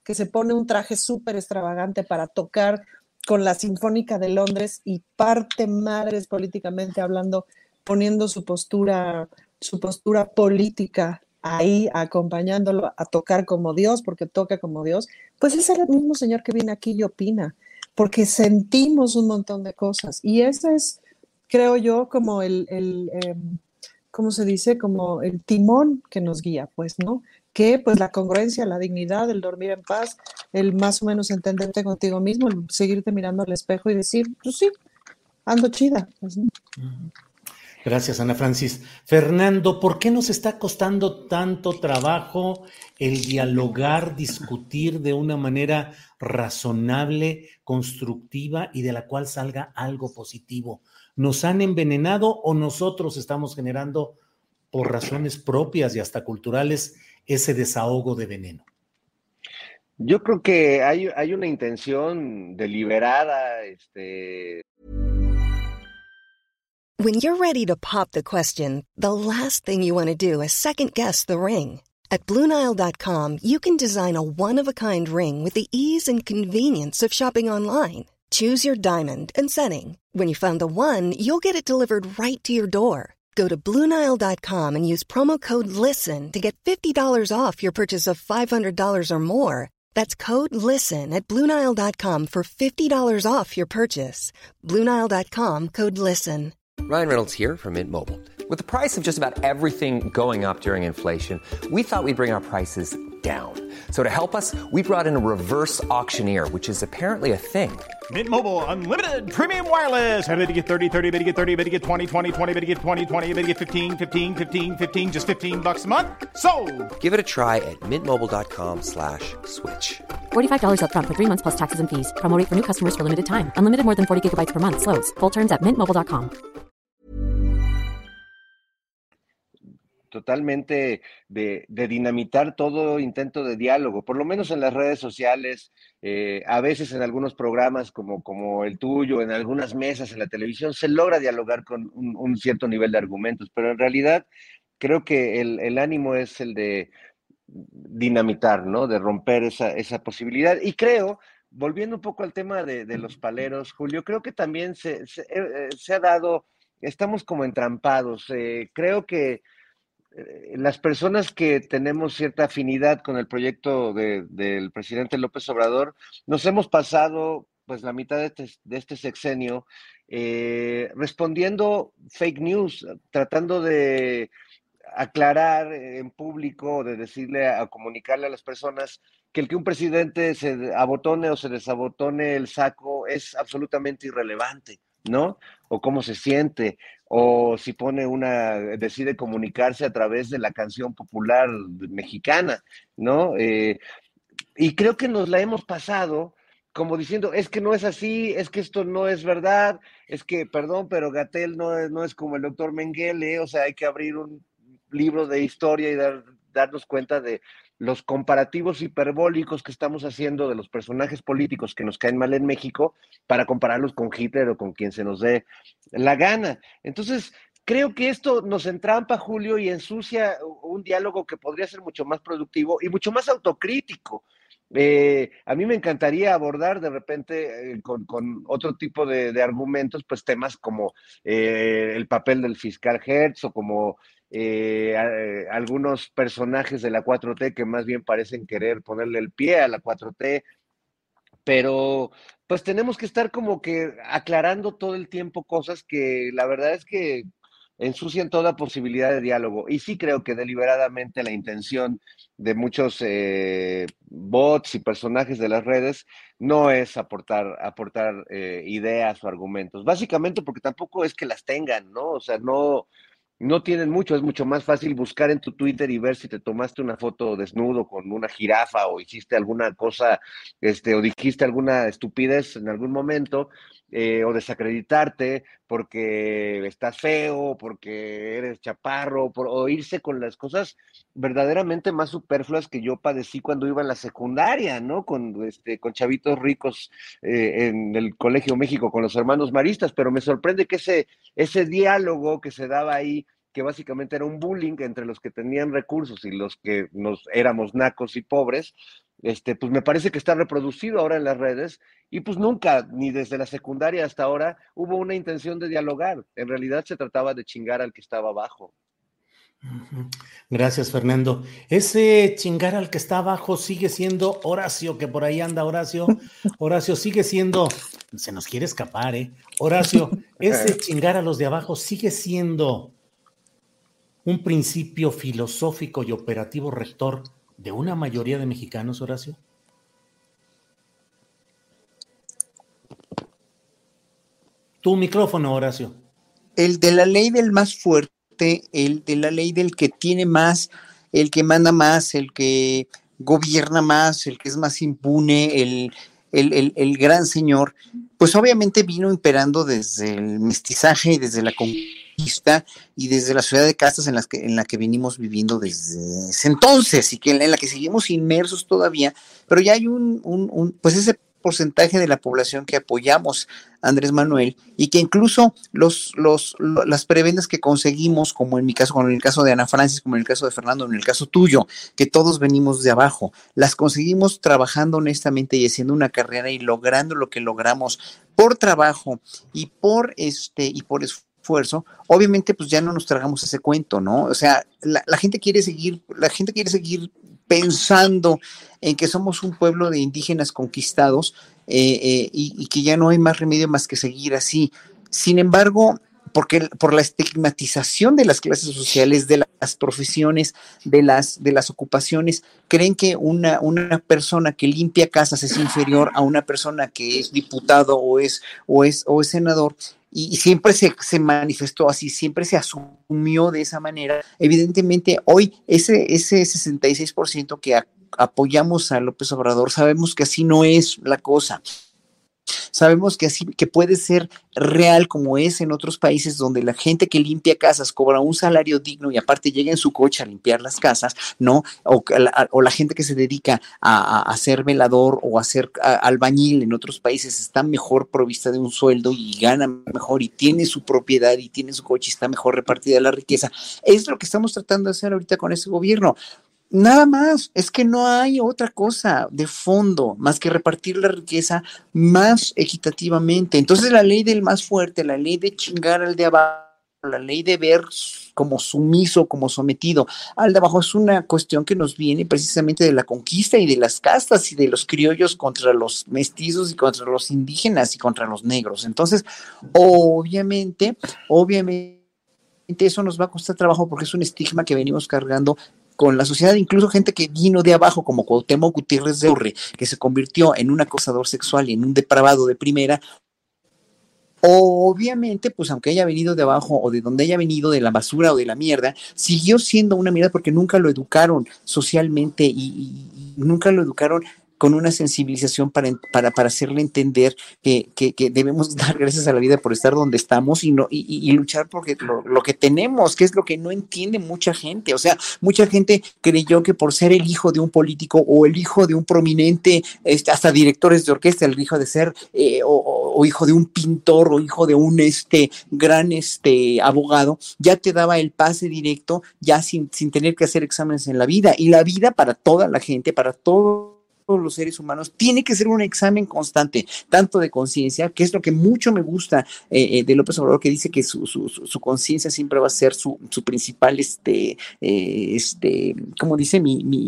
que se pone un traje súper extravagante para tocar con la Sinfónica de Londres y parte madres políticamente hablando, poniendo su postura política ahí, acompañándolo a tocar como Dios, porque toca como Dios, pues es el mismo señor que viene aquí y opina, porque sentimos un montón de cosas. Y ese es, creo yo, como ¿cómo se dice? Como el timón que nos guía, pues, ¿no? Que pues la congruencia, la dignidad, el dormir en paz, el más o menos entenderte contigo mismo, el seguirte mirando al espejo y decir, pues sí, ando chida. Pues, ¿no? Gracias, Ana Francis. Fernando, ¿por qué nos está costando tanto trabajo el dialogar, discutir de una manera razonable, constructiva y de la cual salga algo positivo? ¿Nos han envenenado o nosotros estamos generando, por razones propias y hasta culturales, ese desahogo de veneno? Yo creo que hay una intención deliberada, When you're ready to pop the question, the last thing you want to do is second-guess the ring. At BlueNile.com, you can design a one-of-a-kind ring with the ease and convenience of shopping online. Choose your diamond and setting. When you find the one, you'll get it delivered right to your door. Go to BlueNile.com and use promo code LISTEN to get $50 off your purchase of $500 or more. That's code LISTEN at BlueNile.com for $50 off your purchase. BlueNile.com, code LISTEN. Ryan Reynolds here from Mint Mobile. With the price of just about everything going up during inflation, we thought we'd bring our prices down. So to help us, we brought in a reverse auctioneer, which is apparently a thing. Mint Mobile Unlimited Premium Wireless. How to get 30, 30, bit to get 30, bit to get 20, 20, 20, bit to get 20, 20, bit to get 15, 15, 15, 15, just $15 a month? Sold! Give it a try at mintmobile.com/switch. $45 up front for 3 months plus taxes and fees. Promo rate for new customers for limited time. Unlimited more than 40 gigabytes per month. Slows full terms at mintmobile.com. Totalmente de dinamitar todo intento de diálogo, por lo menos en las redes sociales, a veces en algunos programas como el tuyo, en algunas mesas en la televisión, se logra dialogar con un cierto nivel de argumentos, pero en realidad creo que el ánimo es el de dinamitar, ¿no? De romper esa posibilidad. Y creo, volviendo un poco al tema de los paleros, Julio, creo que también se ha dado, estamos como entrampados. Creo que las personas que tenemos cierta afinidad con el proyecto del presidente López Obrador, nos hemos pasado pues la mitad de este sexenio respondiendo fake news, tratando de aclarar en público, de decirle, a comunicarle a las personas que el que un presidente se abotone o se desabotone el saco es absolutamente irrelevante, ¿no? O cómo se siente, o si decide comunicarse a través de la canción popular mexicana, ¿no? Y creo que nos la hemos pasado como diciendo, es que no es así, es que esto no es verdad, es que, perdón, pero Gatell no es como el doctor Mengele, o sea, hay que abrir un libro de historia y darnos cuenta de los comparativos hiperbólicos que estamos haciendo de los personajes políticos que nos caen mal en México para compararlos con Hitler o con quien se nos dé la gana. Entonces, creo que esto nos entrampa, Julio, y ensucia un diálogo que podría ser mucho más productivo y mucho más autocrítico. A mí me encantaría abordar de repente con otro tipo de argumentos, pues temas como el papel del fiscal Hertz o como algunos personajes de la 4T que más bien parecen querer ponerle el pie a la 4T, pero pues tenemos que estar como que aclarando todo el tiempo cosas que la verdad es que ensucian toda posibilidad de diálogo. Y sí creo que deliberadamente la intención de muchos bots y personajes de las redes no es aportar ideas o argumentos, básicamente porque tampoco es que las tengan, ¿no? O sea, no tienen mucho, es mucho más fácil buscar en tu Twitter y ver si te tomaste una foto desnudo con una jirafa o hiciste alguna cosa, o dijiste alguna estupidez en algún momento, o desacreditarte porque estás feo, porque eres chaparro, o irse con las cosas verdaderamente más superfluas que yo padecí cuando iba en la secundaria, ¿no? Con chavitos ricos en el Colegio México con los hermanos maristas, pero me sorprende que ese diálogo que se daba ahí, que básicamente era un bullying entre los que tenían recursos y los que éramos nacos y pobres, pues me parece que está reproducido ahora en las redes y pues nunca, ni desde la secundaria hasta ahora, hubo una intención de dialogar. En realidad se trataba de chingar al que estaba abajo. Gracias, Fernando. Ese chingar al que está abajo sigue siendo Horacio, que por ahí anda Horacio. Horacio sigue siendo, se nos quiere escapar, ¿eh? Horacio, ese chingar a los de abajo sigue siendo un principio filosófico y operativo rector de una mayoría de mexicanos, Horacio. Tu micrófono, Horacio. El de la ley del más fuerte, el de la ley del que tiene más, el que manda más, el que gobierna más, el que es más impune, el gran señor, pues obviamente vino imperando desde el mestizaje y desde la conquista y desde la sociedad de castas en la que venimos viviendo desde ese entonces y que en la que seguimos inmersos todavía, pero ya hay pues ese porcentaje de la población que apoyamos a Andrés Manuel y que incluso las prebendas que conseguimos, como en mi caso, como en el caso de Ana Francis, como en el caso de Fernando, en el caso tuyo, que todos venimos de abajo, las conseguimos trabajando honestamente y haciendo una carrera y logrando lo que logramos por trabajo y por esfuerzo. Obviamente pues ya no nos tragamos ese cuento, ¿no? O sea, la gente quiere seguir pensando en que somos un pueblo de indígenas conquistados y que ya no hay más remedio más que seguir así. Sin embargo, por la estigmatización de las clases sociales, de las profesiones, de las ocupaciones, creen que una persona que limpia casas es inferior a una persona que es diputado o es senador. Y siempre se manifestó así, siempre se asumió de esa manera. Evidentemente, hoy ese 66% que apoyamos a López Obrador, sabemos que así no es la cosa. Sabemos que puede ser real como es en otros países donde la gente que limpia casas cobra un salario digno y aparte llega en su coche a limpiar las casas, ¿no? O la gente que se dedica a ser velador o a ser albañil en otros países está mejor provista de un sueldo y gana mejor y tiene su propiedad y tiene su coche y está mejor repartida la riqueza. Es lo que estamos tratando de hacer ahorita con este gobierno. Nada más, es que no hay otra cosa de fondo más que repartir la riqueza más equitativamente. Entonces la ley del más fuerte, la ley de chingar al de abajo, la ley de ver como sumiso, como sometido al de abajo es una cuestión que nos viene precisamente de la conquista y de las castas y de los criollos contra los mestizos y contra los indígenas y contra los negros. Entonces, obviamente eso nos va a costar trabajo porque es un estigma que venimos cargando con la sociedad, incluso gente que vino de abajo, como Cuauhtémoc Gutiérrez de Urre, que se convirtió en un acosador sexual y en un depravado de primera. Obviamente, pues aunque haya venido de abajo o de donde haya venido, de la basura o de la mierda, siguió siendo una mierda porque nunca lo educaron socialmente y nunca lo educaron con una sensibilización para hacerle entender que debemos dar gracias a la vida por estar donde estamos y luchar porque lo que tenemos, que es lo que no entiende mucha gente. O sea, mucha gente creyó que por ser el hijo de un político o el hijo de un prominente, hasta directores de orquesta, el hijo de ser o hijo de un pintor o hijo de un gran abogado, ya te daba el pase directo ya sin tener que hacer exámenes en la vida. Y la vida para toda la gente, para todos los seres humanos, tiene que ser un examen constante, tanto de conciencia, que es lo que mucho me gusta de López Obrador, que dice que su conciencia siempre va a ser su principal, como dice,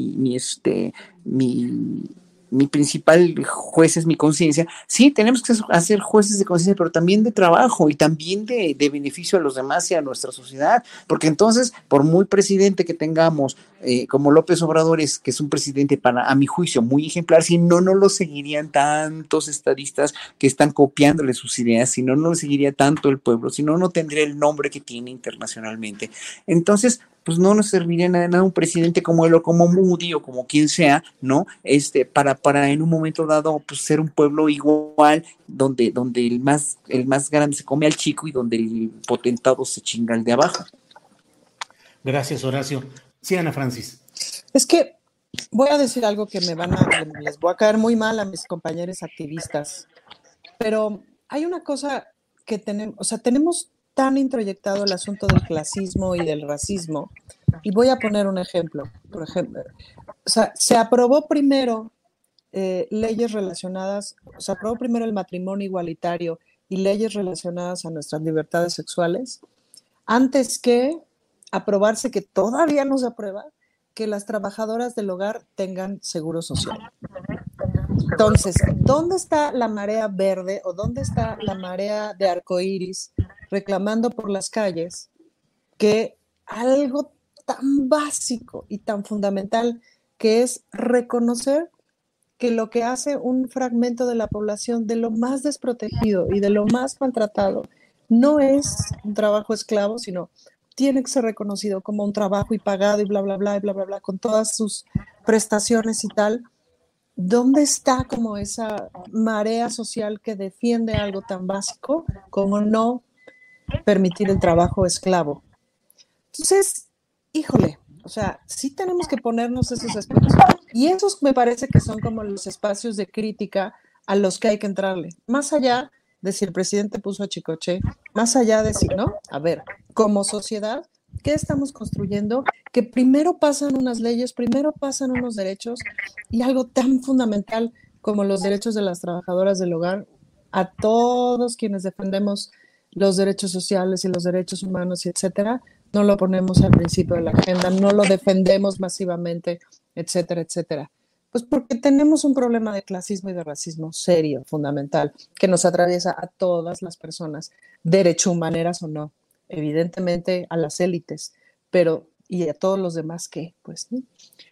mi principal juez es mi conciencia. Sí, tenemos que hacer jueces de conciencia, pero también de trabajo y también de beneficio a los demás y a nuestra sociedad, porque entonces, por muy presidente que tengamos, como López Obrador que es un presidente a mi juicio, muy ejemplar, si no lo seguirían tantos estadistas que están copiándole sus ideas, si no lo seguiría tanto el pueblo, si no tendría el nombre que tiene internacionalmente. Entonces, pues no nos serviría de nada un presidente como él o como Moody o como quien sea, ¿no? Para en un momento dado, pues ser un pueblo igual, donde el más grande se come al chico y donde el potentado se chinga al de abajo. Gracias, Horacio. Sí, Ana Francis. Es que voy a decir algo que les voy a caer muy mal a mis compañeros activistas, pero hay una cosa que tenemos tan introyectado el asunto del clasismo y del racismo, y voy a poner un ejemplo. Por ejemplo, o sea, se aprobó primero leyes relacionadas, se aprobó primero el matrimonio igualitario y leyes relacionadas a nuestras libertades sexuales, antes que aprobarse, que todavía no se aprueba, que las trabajadoras del hogar tengan seguro social. Entonces, ¿dónde está la marea verde o dónde está la marea de arcoíris reclamando por las calles que algo tan básico y tan fundamental que es reconocer que lo que hace un fragmento de la población de lo más desprotegido y de lo más maltratado no es un trabajo esclavo, sino tiene que ser reconocido como un trabajo y pagado y bla, bla, bla, y bla, bla, bla, con todas sus prestaciones y tal? ¿Dónde está como esa marea social que defiende algo tan básico como no permitir el trabajo esclavo? Entonces, híjole, o sea, sí tenemos que ponernos esos espacios. Y esos me parece que son como los espacios de crítica a los que hay que entrarle. Más allá de si el presidente puso a Chicoche, más allá de si, ¿no? A ver, como sociedad, ¿qué estamos construyendo? Que primero pasan unas leyes, primero pasan unos derechos y algo tan fundamental como los derechos de las trabajadoras del hogar, a todos quienes defendemos los derechos sociales y los derechos humanos y etcétera, no lo ponemos al principio de la agenda, no lo defendemos masivamente, etcétera, etcétera. Pues porque tenemos un problema de clasismo y de racismo serio, fundamental, que nos atraviesa a todas las personas, derechohumaneras o no, evidentemente a las élites, pero y a todos los demás que, pues, ¿no?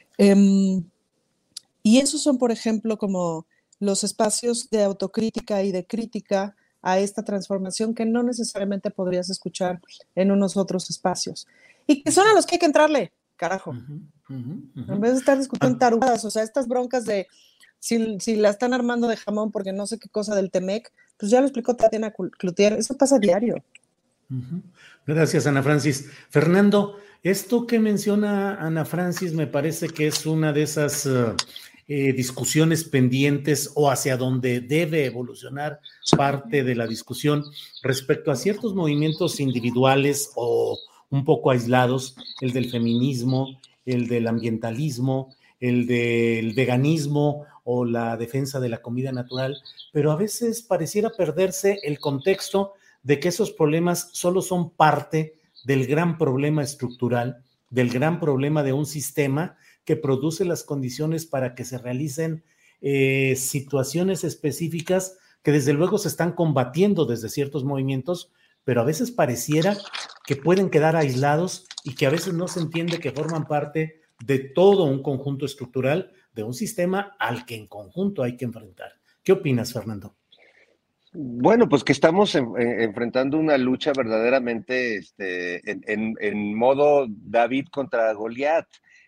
Y esos son, por ejemplo, como los espacios de autocrítica y de crítica a esta transformación que no necesariamente podrías escuchar en unos otros espacios. Y que son a los que hay que entrarle, carajo. En vez de estar discutiendo tarugadas, o sea, estas broncas de si la están armando de jamón porque no sé qué cosa del Temec, pues ya lo explicó Tatiana Cloutier, eso pasa diario. Gracias, Ana Francis. Fernando, esto que menciona Ana Francis me parece que es una de esas discusiones pendientes o hacia donde debe evolucionar parte de la discusión respecto a ciertos movimientos individuales o un poco aislados, el del feminismo, el del ambientalismo, el del veganismo o la defensa de la comida natural, pero a veces pareciera perderse el contexto de que esos problemas solo son parte del gran problema estructural, del gran problema de un sistema que produce las condiciones para que se realicen situaciones específicas que desde luego se están combatiendo desde ciertos movimientos, pero a veces pareciera que pueden quedar aislados y que a veces no se entiende que forman parte de todo un conjunto estructural, de un sistema al que en conjunto hay que enfrentar. ¿Qué opinas, Fernando? Bueno, pues que estamos enfrentando una lucha verdaderamente en modo David contra Goliat,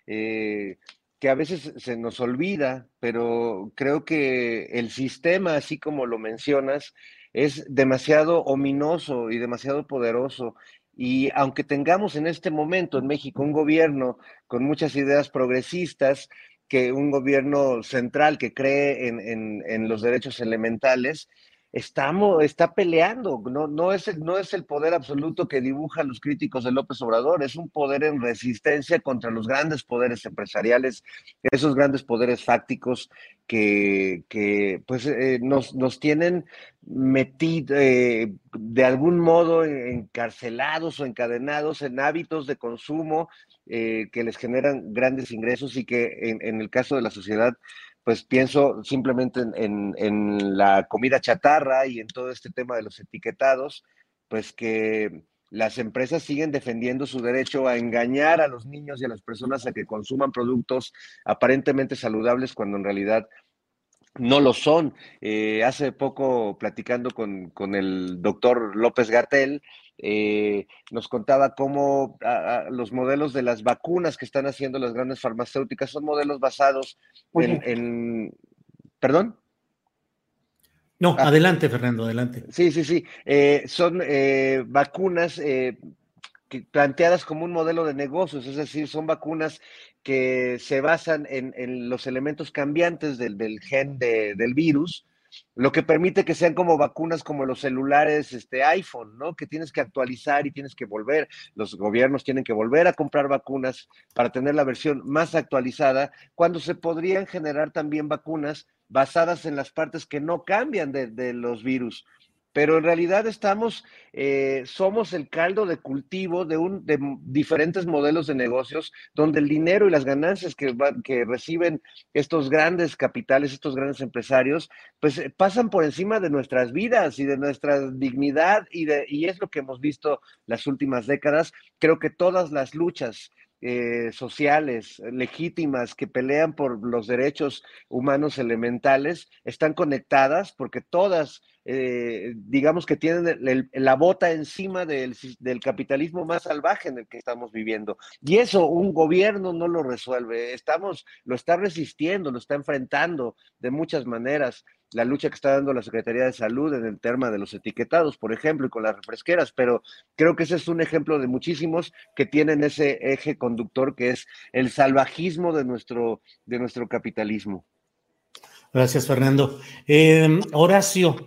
que a veces se nos olvida, pero creo que el sistema, así como lo mencionas, es demasiado ominoso y demasiado poderoso. Y aunque tengamos en este momento en México un gobierno con muchas ideas progresistas, que un gobierno central que cree en los derechos elementales, está peleando, no es el poder absoluto que dibujan los críticos de López Obrador, es un poder en resistencia contra los grandes poderes empresariales, esos grandes poderes fácticos que pues nos tienen metidos de algún modo encarcelados o encadenados en hábitos de consumo que les generan grandes ingresos y que en el caso de la sociedad, pues pienso simplemente en la comida chatarra y en todo este tema de los etiquetados, pues que las empresas siguen defendiendo su derecho a engañar a los niños y a las personas a que consuman productos aparentemente saludables cuando en realidad no lo son. Hace poco, platicando con el doctor López-Gatell, nos contaba cómo los modelos de las vacunas que están haciendo las grandes farmacéuticas son modelos basados ¿Perdón? No, adelante, Fernando, adelante. Sí. Son vacunas planteadas como un modelo de negocios, es decir, son vacunas que se basan en los elementos cambiantes del gen del virus lo que permite que sean como vacunas como los celulares iPhone, ¿no? Que tienes que actualizar y tienes que volver, los gobiernos tienen que volver a comprar vacunas para tener la versión más actualizada, cuando se podrían generar también vacunas basadas en las partes que no cambian de los virus. Pero en realidad somos el caldo de cultivo de diferentes modelos de negocios donde el dinero y las ganancias que reciben estos grandes capitales, estos grandes empresarios, pues pasan por encima de nuestras vidas y de nuestra dignidad y es lo que hemos visto las últimas décadas. Creo que todas las luchas sociales, legítimas, que pelean por los derechos humanos elementales, están conectadas porque todas, digamos que tienen la bota encima del capitalismo más salvaje en el que estamos viviendo. Y eso un gobierno no lo resuelve, lo está resistiendo, lo está enfrentando de muchas maneras. La lucha que está dando la Secretaría de Salud en el tema de los etiquetados, por ejemplo, y con las refresqueras, pero creo que ese es un ejemplo de muchísimos que tienen ese eje conductor que es el salvajismo de nuestro capitalismo. Gracias, Fernando. Horacio,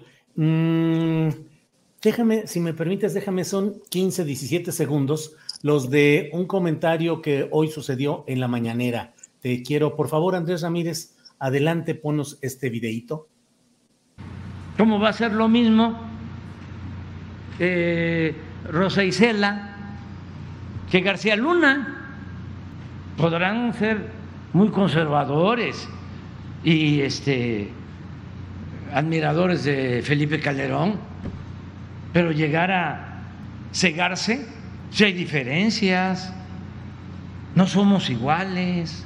déjame, si me permites, son 15, 17 segundos los de un comentario que hoy sucedió en la mañanera. Te quiero, por favor, Andrés Ramírez, adelante, ponos este videíto. ¿Cómo va a ser lo mismo Rosa Isela que García Luna? Podrán ser muy conservadores y admiradores de Felipe Calderón, pero llegar a cegarse, si hay diferencias, no somos iguales.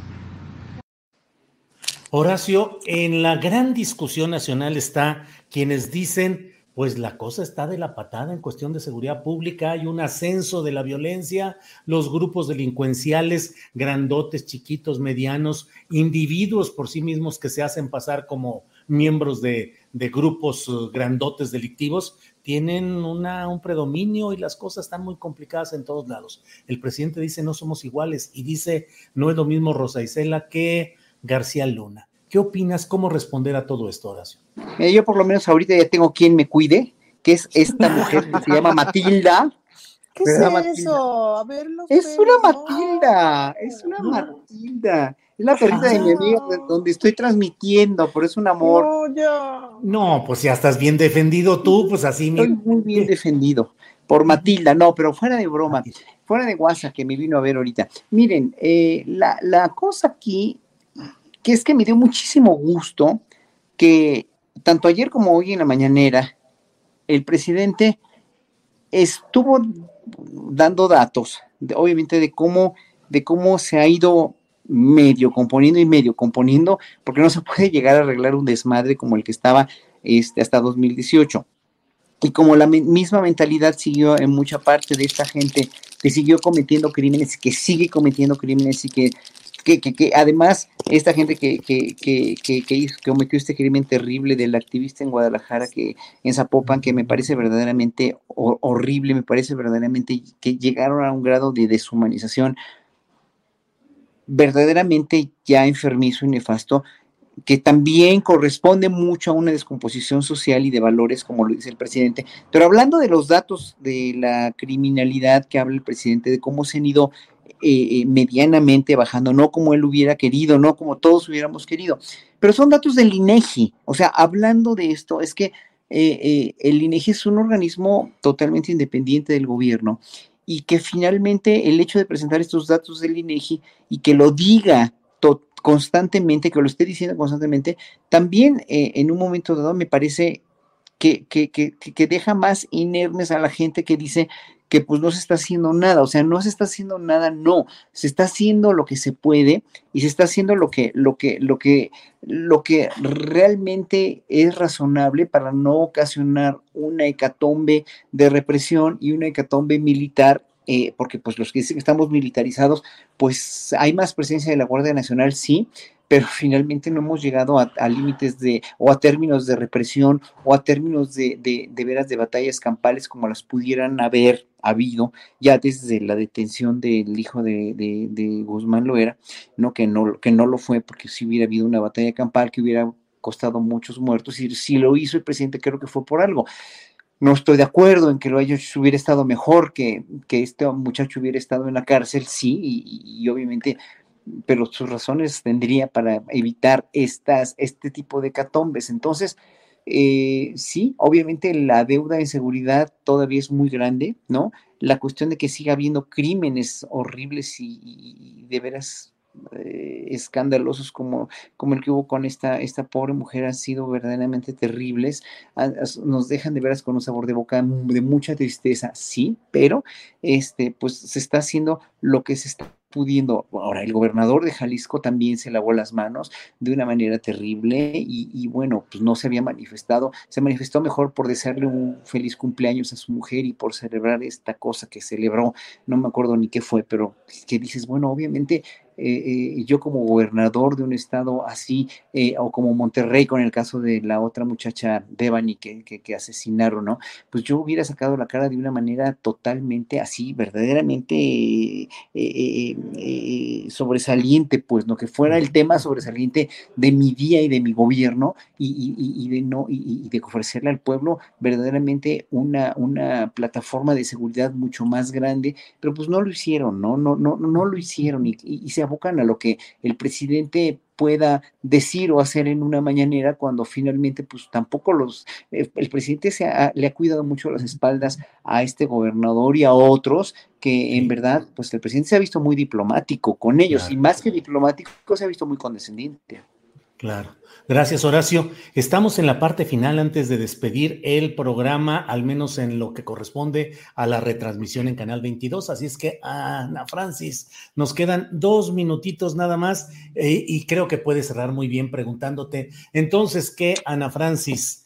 Horacio, en la gran discusión nacional está quienes dicen, pues la cosa está de la patada en cuestión de seguridad pública, hay un ascenso de la violencia, los grupos delincuenciales, grandotes, chiquitos, medianos, individuos por sí mismos que se hacen pasar como miembros de grupos grandotes delictivos, tienen un predominio y las cosas están muy complicadas en todos lados. El presidente dice no somos iguales y dice no es lo mismo Rosa Isela que García Luna. ¿Qué opinas? ¿Cómo responder a todo esto, Horacio? Yo por lo menos ahorita ya tengo quien me cuide, que es esta mujer que se llama Matilda. ¿Qué es eso? A ver, una Matilda, es una Matilda. Es la perrita de mi amiga donde estoy transmitiendo, pero es un amor. No, pues ya estás bien defendido tú, pues así. Estoy muy bien defendido por Matilda, no, pero fuera de broma, fuera de guasa que me vino a ver ahorita. Miren, la cosa aquí, que es que me dio muchísimo gusto que tanto ayer como hoy en la mañanera, el presidente estuvo dando datos, obviamente de cómo se ha ido medio componiendo, porque no se puede llegar a arreglar un desmadre como el que estaba hasta 2018. Y como la misma mentalidad siguió en mucha parte de esta gente que siguió cometiendo crímenes, que sigue cometiendo crímenes y que además esta gente que cometió este crimen terrible del activista en Guadalajara, que en Zapopan, que me parece verdaderamente horrible, me parece verdaderamente que llegaron a un grado de deshumanización verdaderamente ya enfermizo y nefasto, que también corresponde mucho a una descomposición social y de valores, como lo dice el presidente. Pero hablando de los datos de la criminalidad que habla el presidente, de cómo se han ido medianamente bajando, no como él hubiera querido, no como todos hubiéramos querido, pero son datos del INEGI. O sea, hablando de esto, es que el INEGI es un organismo totalmente independiente del gobierno y que finalmente el hecho de presentar estos datos del INEGI y que lo diga constantemente, que lo esté diciendo constantemente, también en un momento dado me parece que deja más inermes a la gente que dice que pues no se está haciendo nada. O sea, no se está haciendo nada, no, se está haciendo lo que se puede y se está haciendo lo que realmente es razonable para no ocasionar una hecatombe de represión y una hecatombe militar, porque pues los que dicen que estamos militarizados, pues hay más presencia de la Guardia Nacional, sí, pero finalmente no hemos llegado a límites o a términos de represión o a términos de veras de batallas campales como las pudieran haber habido ya desde la detención del hijo de Guzmán Loera, ¿no? Que no lo fue, porque si hubiera habido una batalla campal que hubiera costado muchos muertos, y si lo hizo el presidente, creo que fue por algo. No estoy de acuerdo en que lo hubiera estado mejor, que este muchacho hubiera estado en la cárcel, sí, y obviamente, pero sus razones tendría para evitar este tipo de hecatombes. Entonces, sí, obviamente la deuda en seguridad todavía es muy grande, ¿no? La cuestión de que siga habiendo crímenes horribles y de veras escandalosos como el que hubo con esta pobre mujer han sido verdaderamente terribles. Nos dejan de veras con un sabor de boca de mucha tristeza, sí, pero pues se está haciendo lo que se está pudiendo. Ahora, el gobernador de Jalisco también se lavó las manos de una manera terrible y bueno, pues no se había manifestado, se manifestó mejor por desearle un feliz cumpleaños a su mujer y por celebrar esta cosa que celebró, no me acuerdo ni qué fue, pero que dices, bueno, obviamente yo como gobernador de un estado así, o como Monterrey con el caso de la otra muchacha Devani que asesinaron, ¿no? Pues yo hubiera sacado la cara de una manera totalmente así, verdaderamente sobresaliente, pues, ¿no? Que fuera el tema sobresaliente de mi día y de mi gobierno y de ofrecerle al pueblo verdaderamente una plataforma de seguridad mucho más grande, pero pues no lo hicieron, ¿no? No lo hicieron y se abocan a lo que el presidente pueda decir o hacer en una mañanera, cuando finalmente pues tampoco el presidente le ha cuidado mucho las espaldas a este gobernador y a otros que en verdad pues el presidente se ha visto muy diplomático con ellos, claro, y más que diplomático se ha visto muy condescendiente. Claro. Gracias, Horacio. Estamos en la parte final antes de despedir el programa, al menos en lo que corresponde a la retransmisión en Canal 22. Así es que, Ana Francis, nos quedan 2 minutitos nada más y creo que puedes cerrar muy bien preguntándote. Entonces, ¿qué, Ana Francis?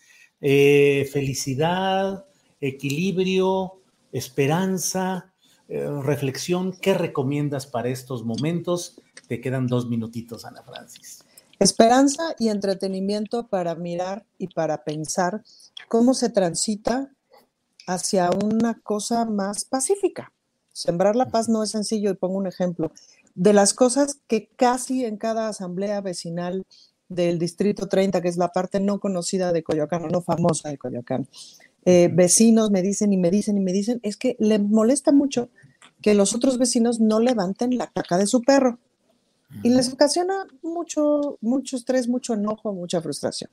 Felicidad, equilibrio, esperanza, reflexión. ¿Qué recomiendas para estos momentos? Te quedan 2 minutitos, Ana Francis. Esperanza y entretenimiento para mirar y para pensar cómo se transita hacia una cosa más pacífica. Sembrar la paz no es sencillo, y pongo un ejemplo. De las cosas que casi en cada asamblea vecinal del Distrito 30, que es la parte no conocida de Coyoacán, no famosa de Coyoacán, vecinos me dicen, es que les molesta mucho que los otros vecinos no levanten la caca de su perro. Y les ocasiona mucho estrés, mucho enojo, mucha frustración.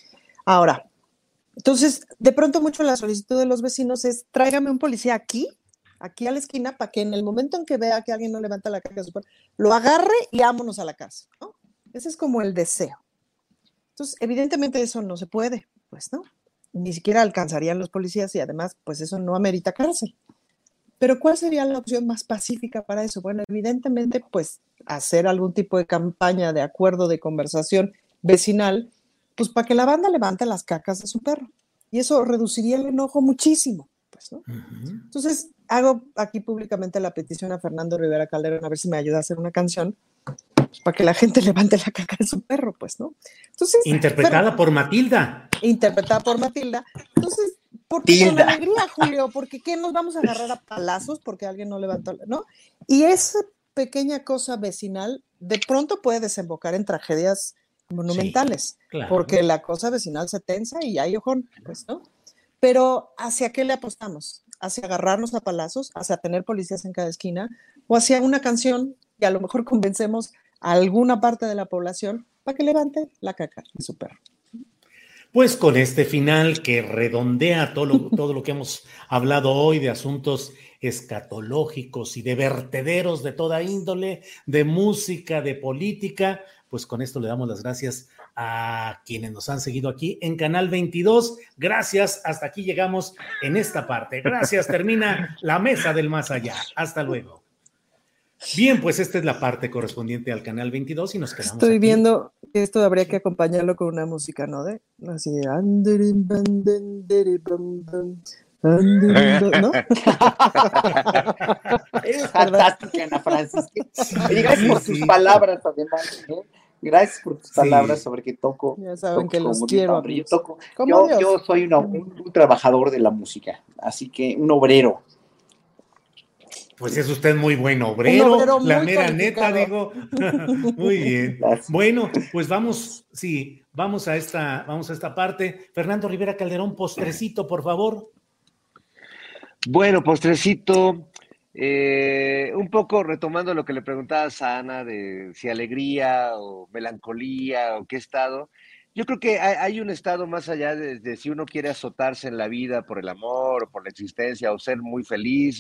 Ahora, entonces, de pronto mucho la solicitud de los vecinos es: tráigame un policía aquí a la esquina, para que en el momento en que vea que alguien no levanta la caca de su perro, lo agarre y vámonos a la cárcel, ¿no? Ese es como el deseo. Entonces, evidentemente eso no se puede, pues, ¿no? Ni siquiera alcanzarían los policías y además, pues eso no amerita cárcel. Pero ¿cuál sería la opción más pacífica para eso? Bueno, evidentemente, pues hacer algún tipo de campaña, de acuerdo, de conversación vecinal, pues para que la banda levante las cacas de su perro. Y eso reduciría el enojo muchísimo, pues, ¿no? Uh-huh. Entonces, hago aquí públicamente la petición a Fernando Rivera Calderón, a ver si me ayuda a hacer una canción, pues, para que la gente levante la caca de su perro, pues, ¿no? Entonces, interpretada por Matilda. Interpretada por Matilda. Entonces, ¿por qué con alegría, Julio? Porque ¿qué nos vamos a agarrar a palazos porque alguien no levantó, ¿no? Y esa pequeña cosa vecinal de pronto puede desembocar en tragedias monumentales, sí, claro, porque la cosa vecinal se tensa y hay ojón, pues, ¿no? Pero ¿hacia qué le apostamos? ¿Hacia agarrarnos a palazos? ¿Hacia tener policías en cada esquina? ¿O hacia una canción que a lo mejor convencemos a alguna parte de la población para que levante la caca de su perro? Pues con este final que redondea todo lo que hemos hablado hoy de asuntos escatológicos y de vertederos de toda índole, de música, de política, pues con esto le damos las gracias a quienes nos han seguido aquí en Canal 22. Gracias, hasta aquí llegamos en esta parte. Gracias, termina la mesa del más allá. Hasta luego. Bien, pues esta es la parte correspondiente al Canal 22 y nos quedamos Estoy aquí. Viendo que esto habría que acompañarlo con una música, ¿no? Así de... ¿no? Eres fantástica, Ana Francis. Y gracias por tus palabras, además, ¿eh? Gracias por tus palabras sobre que toco. Ya saben que los como quiero. Yo soy un trabajador de la música, así que un obrero. Pues es usted muy buen obrero, la muy mera neta, calificado. digo. Muy bien. Gracias. Bueno, pues vamos a esta parte. Fernando Rivera Calderón, postrecito, por favor. Bueno, postrecito, un poco retomando lo que le preguntabas a Ana de si alegría o melancolía o qué estado. Yo creo que hay un estado más allá de si uno quiere azotarse en la vida por el amor o por la existencia o ser muy feliz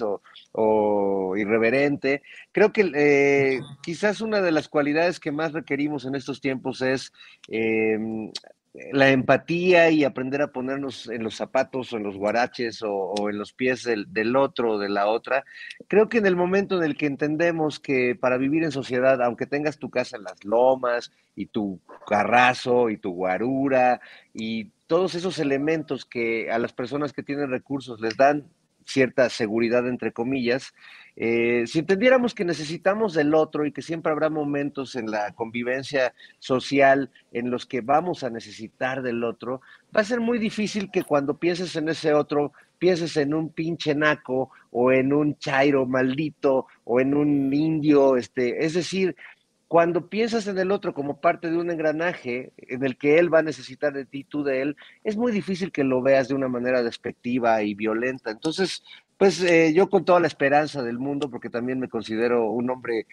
o irreverente. Creo que quizás una de las cualidades que más requerimos en estos tiempos es eh, la empatía y aprender a ponernos en los zapatos o en los guaraches o en los pies del otro o de la otra. Creo que en el momento en el que entendemos que para vivir en sociedad, aunque tengas tu casa en las lomas y tu carrazo y tu guarura y todos esos elementos que a las personas que tienen recursos les dan cierta seguridad, entre comillas, si entendiéramos que necesitamos del otro y que siempre habrá momentos en la convivencia social en los que vamos a necesitar del otro, va a ser muy difícil que cuando pienses en ese otro, pienses en un pinche naco o en un chairo maldito o en un indio, es decir, cuando piensas en el otro como parte de un engranaje en el que él va a necesitar de ti, tú de él, es muy difícil que lo veas de una manera despectiva y violenta. Entonces, pues yo con toda la esperanza del mundo, porque también me considero un hombre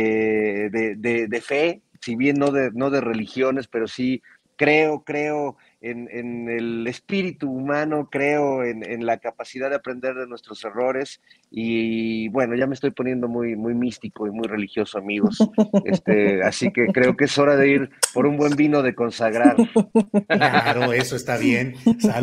de fe, si bien no de religiones, pero sí creo en el espíritu humano, creo en la capacidad de aprender de nuestros errores y bueno, ya me estoy poniendo muy, muy místico y muy religioso, amigos. Así que creo que es hora de ir por un buen vino de consagrar. Claro, eso está bien.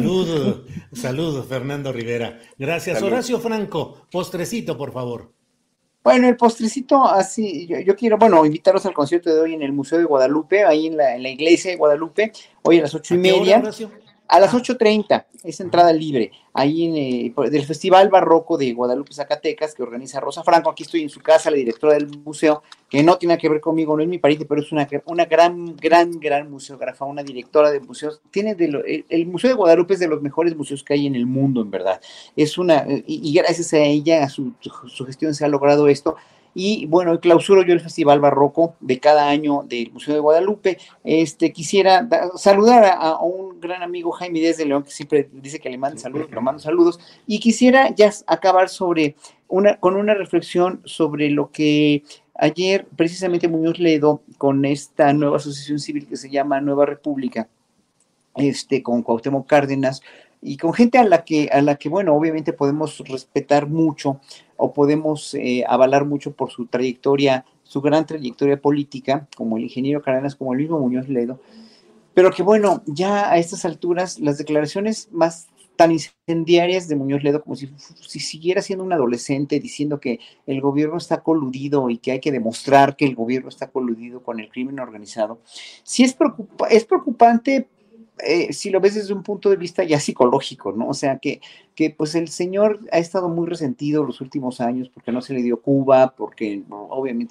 Salud, Fernando Rivera. Gracias. Salud. Horacio Franco, postrecito, por favor. Bueno, el postrecito, así, yo quiero, bueno, invitarlos al concierto de hoy en el Museo de Guadalupe, ahí en la iglesia de Guadalupe, hoy a las 8:30. ¿A qué hora, Horacio? A las 8:30, es entrada libre, ahí del Festival Barroco de Guadalupe, Zacatecas, que organiza Rosa Franco. Aquí estoy en su casa, la directora del museo, que no tiene que ver conmigo, no es mi pariente, pero es una gran museógrafa, una directora de museos. El Museo de Guadalupe es de los mejores museos que hay en el mundo, en verdad. Y gracias a ella, a su gestión, se ha logrado esto. Y bueno, clausuro yo el Festival Barroco de cada año del Museo de Guadalupe. Quisiera saludar a un gran amigo, Jaime Díaz de León, que siempre dice que le mando saludos, le mando saludos, y quisiera ya acabar con una reflexión sobre lo que ayer precisamente Muñoz Ledo, con esta nueva asociación civil que se llama Nueva República, con Cuauhtémoc Cárdenas, y con gente a la que, bueno, obviamente podemos respetar mucho o podemos avalar mucho por su trayectoria, su gran trayectoria política, como el ingeniero Cárdenas, como el mismo Muñoz Ledo, pero que bueno, ya a estas alturas las declaraciones más tan incendiarias de Muñoz Ledo, como si siguiera siendo un adolescente diciendo que el gobierno está coludido y que hay que demostrar que el gobierno está coludido con el crimen organizado, sí es preocupante. Si lo ves desde un punto de vista ya psicológico, ¿no? O sea, que pues el señor ha estado muy resentido los últimos años porque no se le dio Cuba, porque obviamente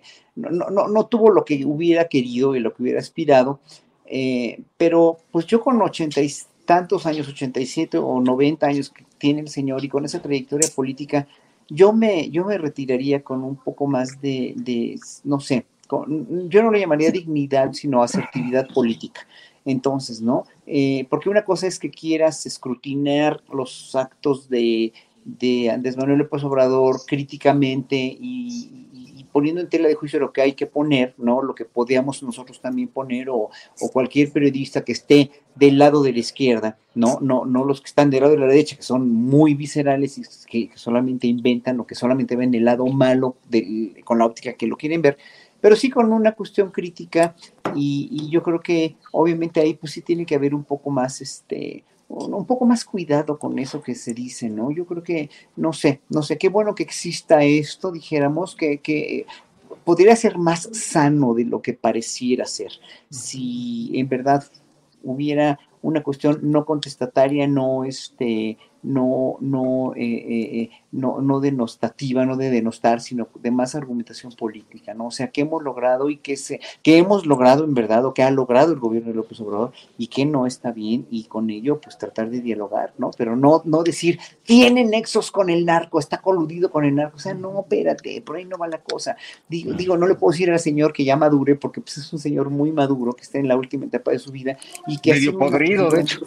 no tuvo lo que hubiera querido y lo que hubiera aspirado, pero pues yo con 80 y tantos años, 87 o 90 años que tiene el señor y con esa trayectoria política, yo me retiraría con un poco más de no sé, yo no le llamaría dignidad, sino asertividad política. Entonces, ¿no? Porque una cosa es que quieras escrutinar los actos de Andrés Manuel López Obrador críticamente y poniendo en tela de juicio lo que hay que poner, ¿no? Lo que podíamos nosotros también poner o cualquier periodista que esté del lado de la izquierda, ¿no? No los que están del lado de la derecha, que son muy viscerales y que solamente inventan o que solamente ven el lado malo con la óptica que lo quieren ver, pero sí con una cuestión crítica y yo creo que obviamente ahí pues sí tiene que haber un poco más cuidado con eso que se dice, ¿no? Yo creo que, no sé, qué bueno que exista esto, dijéramos, que podría ser más sano de lo que pareciera ser, si en verdad hubiera una cuestión no contestataria, no no denostativa, no de denostar, sino de más argumentación política, ¿no? O sea, qué hemos logrado y qué hemos logrado en verdad, o qué ha logrado el gobierno de López Obrador y qué no está bien, y con ello pues tratar de dialogar, ¿no? Pero no decir, tiene nexos con el narco, está coludido con el narco, o sea, no, espérate, por ahí no va la cosa. Digo, no le puedo decir al señor que ya madure, porque pues es un señor muy maduro, que está en la última etapa de su vida y que medio podrido, de hecho.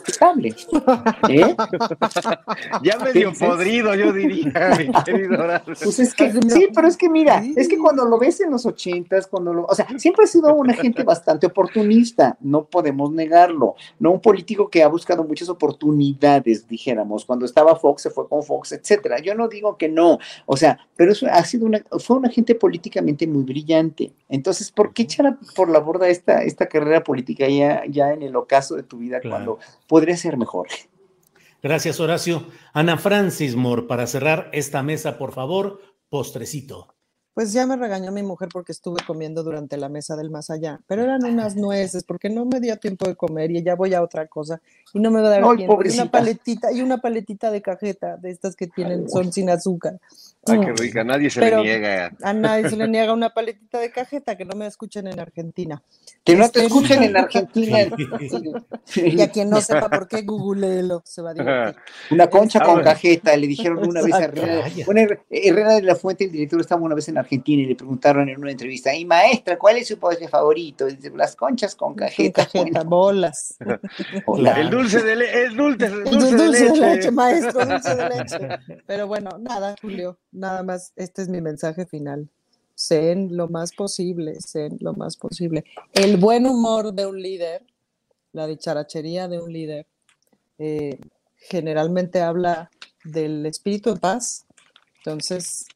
Ya medio podrido, yo diría, mi querido Horacio. Pues es que, sí, pero es que mira, es que cuando lo ves en los 80s, o sea, siempre ha sido una gente bastante oportunista, no podemos negarlo, no un político que ha buscado muchas oportunidades, dijéramos, cuando estaba Fox se fue con Fox, etcétera. Yo no digo que no, o sea, pero eso fue una gente políticamente muy brillante. Entonces, ¿por qué echar por la borda esta carrera política ya en el ocaso de tu vida, cuando podría ser mejor? Gracias, Horacio. Ana Francis Moore, para cerrar esta mesa, por favor, postrecito. Pues ya me regañó mi mujer porque estuve comiendo durante la mesa del más allá, pero eran unas nueces porque no me dio tiempo de comer y ya voy a otra cosa y no me va a dar tiempo. Y una paletita de cajeta de estas que son sin azúcar. Ay, qué rica, nadie se le niega. A nadie se le niega una paletita de cajeta, que no me escuchen en Argentina. Que no te escuchen en Argentina. Y a quien no sepa por qué, googleelo, se va a divertir. Una concha con cajeta, le dijeron una vez a Herrera de la Fuente, el director, estaba una vez en Argentina y le preguntaron en una entrevista, y maestra, ¿cuál es su postre favorito? Dice, las conchas con cajeta. Bolas. El dulce de leche, maestro, dulce de leche. Pero bueno, nada, Julio, nada más, este es mi mensaje final. Sean lo más posible. El buen humor de un líder, la dicharachería de un líder, generalmente habla del espíritu de paz. Entonces,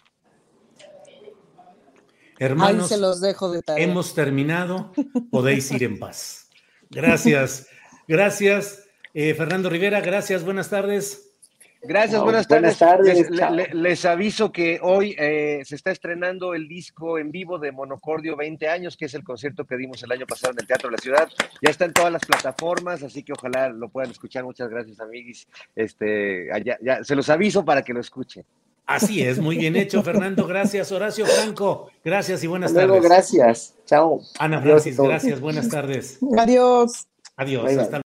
hermanos, ahí se los dejo de tarea. Hemos terminado, podéis ir en paz. Gracias. Fernando Rivera, gracias, buenas tardes. Gracias, buenas tardes. Les aviso que hoy se está estrenando el disco en vivo de Monocordio 20 años, que es el concierto que dimos el año pasado en el Teatro de la Ciudad. Ya está en todas las plataformas, así que ojalá lo puedan escuchar. Muchas gracias, amiguis. Ya se los aviso para que lo escuchen. Así es, muy bien hecho, Fernando. Gracias, Horacio Franco. Gracias y buenas tardes. Gracias. Chao. Ana Francis, gracias. Buenas tardes. Adiós. Adiós. Bye, hasta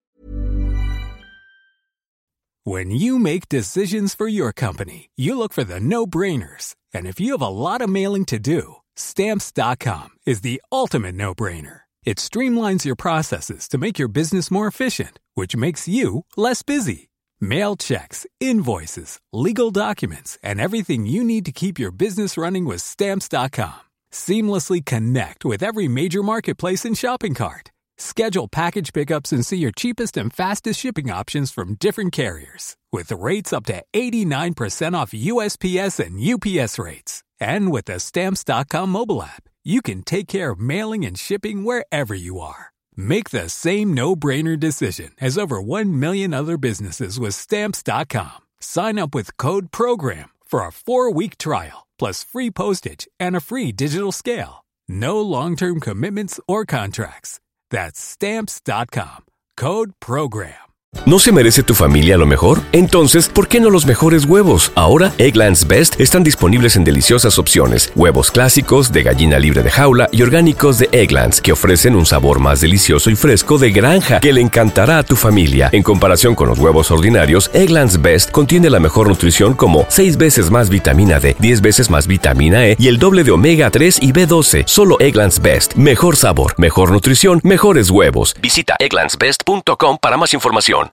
When you make decisions for your company, you look for the no-brainers. And if you have a lot of mailing to do, Stamps.com is the ultimate no-brainer. It streamlines your processes to make your business more efficient, which makes you less busy. Mail checks, invoices, legal documents, and everything you need to keep your business running with Stamps.com. Seamlessly connect with every major marketplace and shopping cart. Schedule package pickups and see your cheapest and fastest shipping options from different carriers, with rates up to 89% off USPS and UPS rates. And with the Stamps.com mobile app, you can take care of mailing and shipping wherever you are. Make the same no-brainer decision as over 1 million other businesses with Stamps.com. Sign up with code PROGRAM for a 4-week trial, plus free postage and a free digital scale. No long-term commitments or contracts. That's Stamps.com. Code PROGRAM. ¿No se merece tu familia lo mejor? Entonces, ¿por qué no los mejores huevos? Ahora, Eggland's Best están disponibles en deliciosas opciones. Huevos clásicos, de gallina libre de jaula y orgánicos de Eggland's, que ofrecen un sabor más delicioso y fresco de granja que le encantará a tu familia. En comparación con los huevos ordinarios, Eggland's Best contiene la mejor nutrición como 6 veces más vitamina D, 10 veces más vitamina E y el doble de omega 3 y B12. Solo Eggland's Best. Mejor sabor, mejor nutrición, mejores huevos. Visita egglandsbest.com para más información.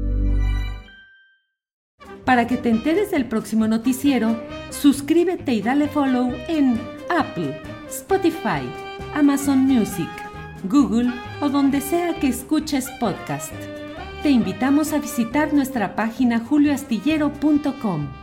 Para que te enteres del próximo noticiero, suscríbete y dale follow en Apple, Spotify, Amazon Music, Google o donde sea que escuches podcast. Te invitamos a visitar nuestra página julioastillero.com.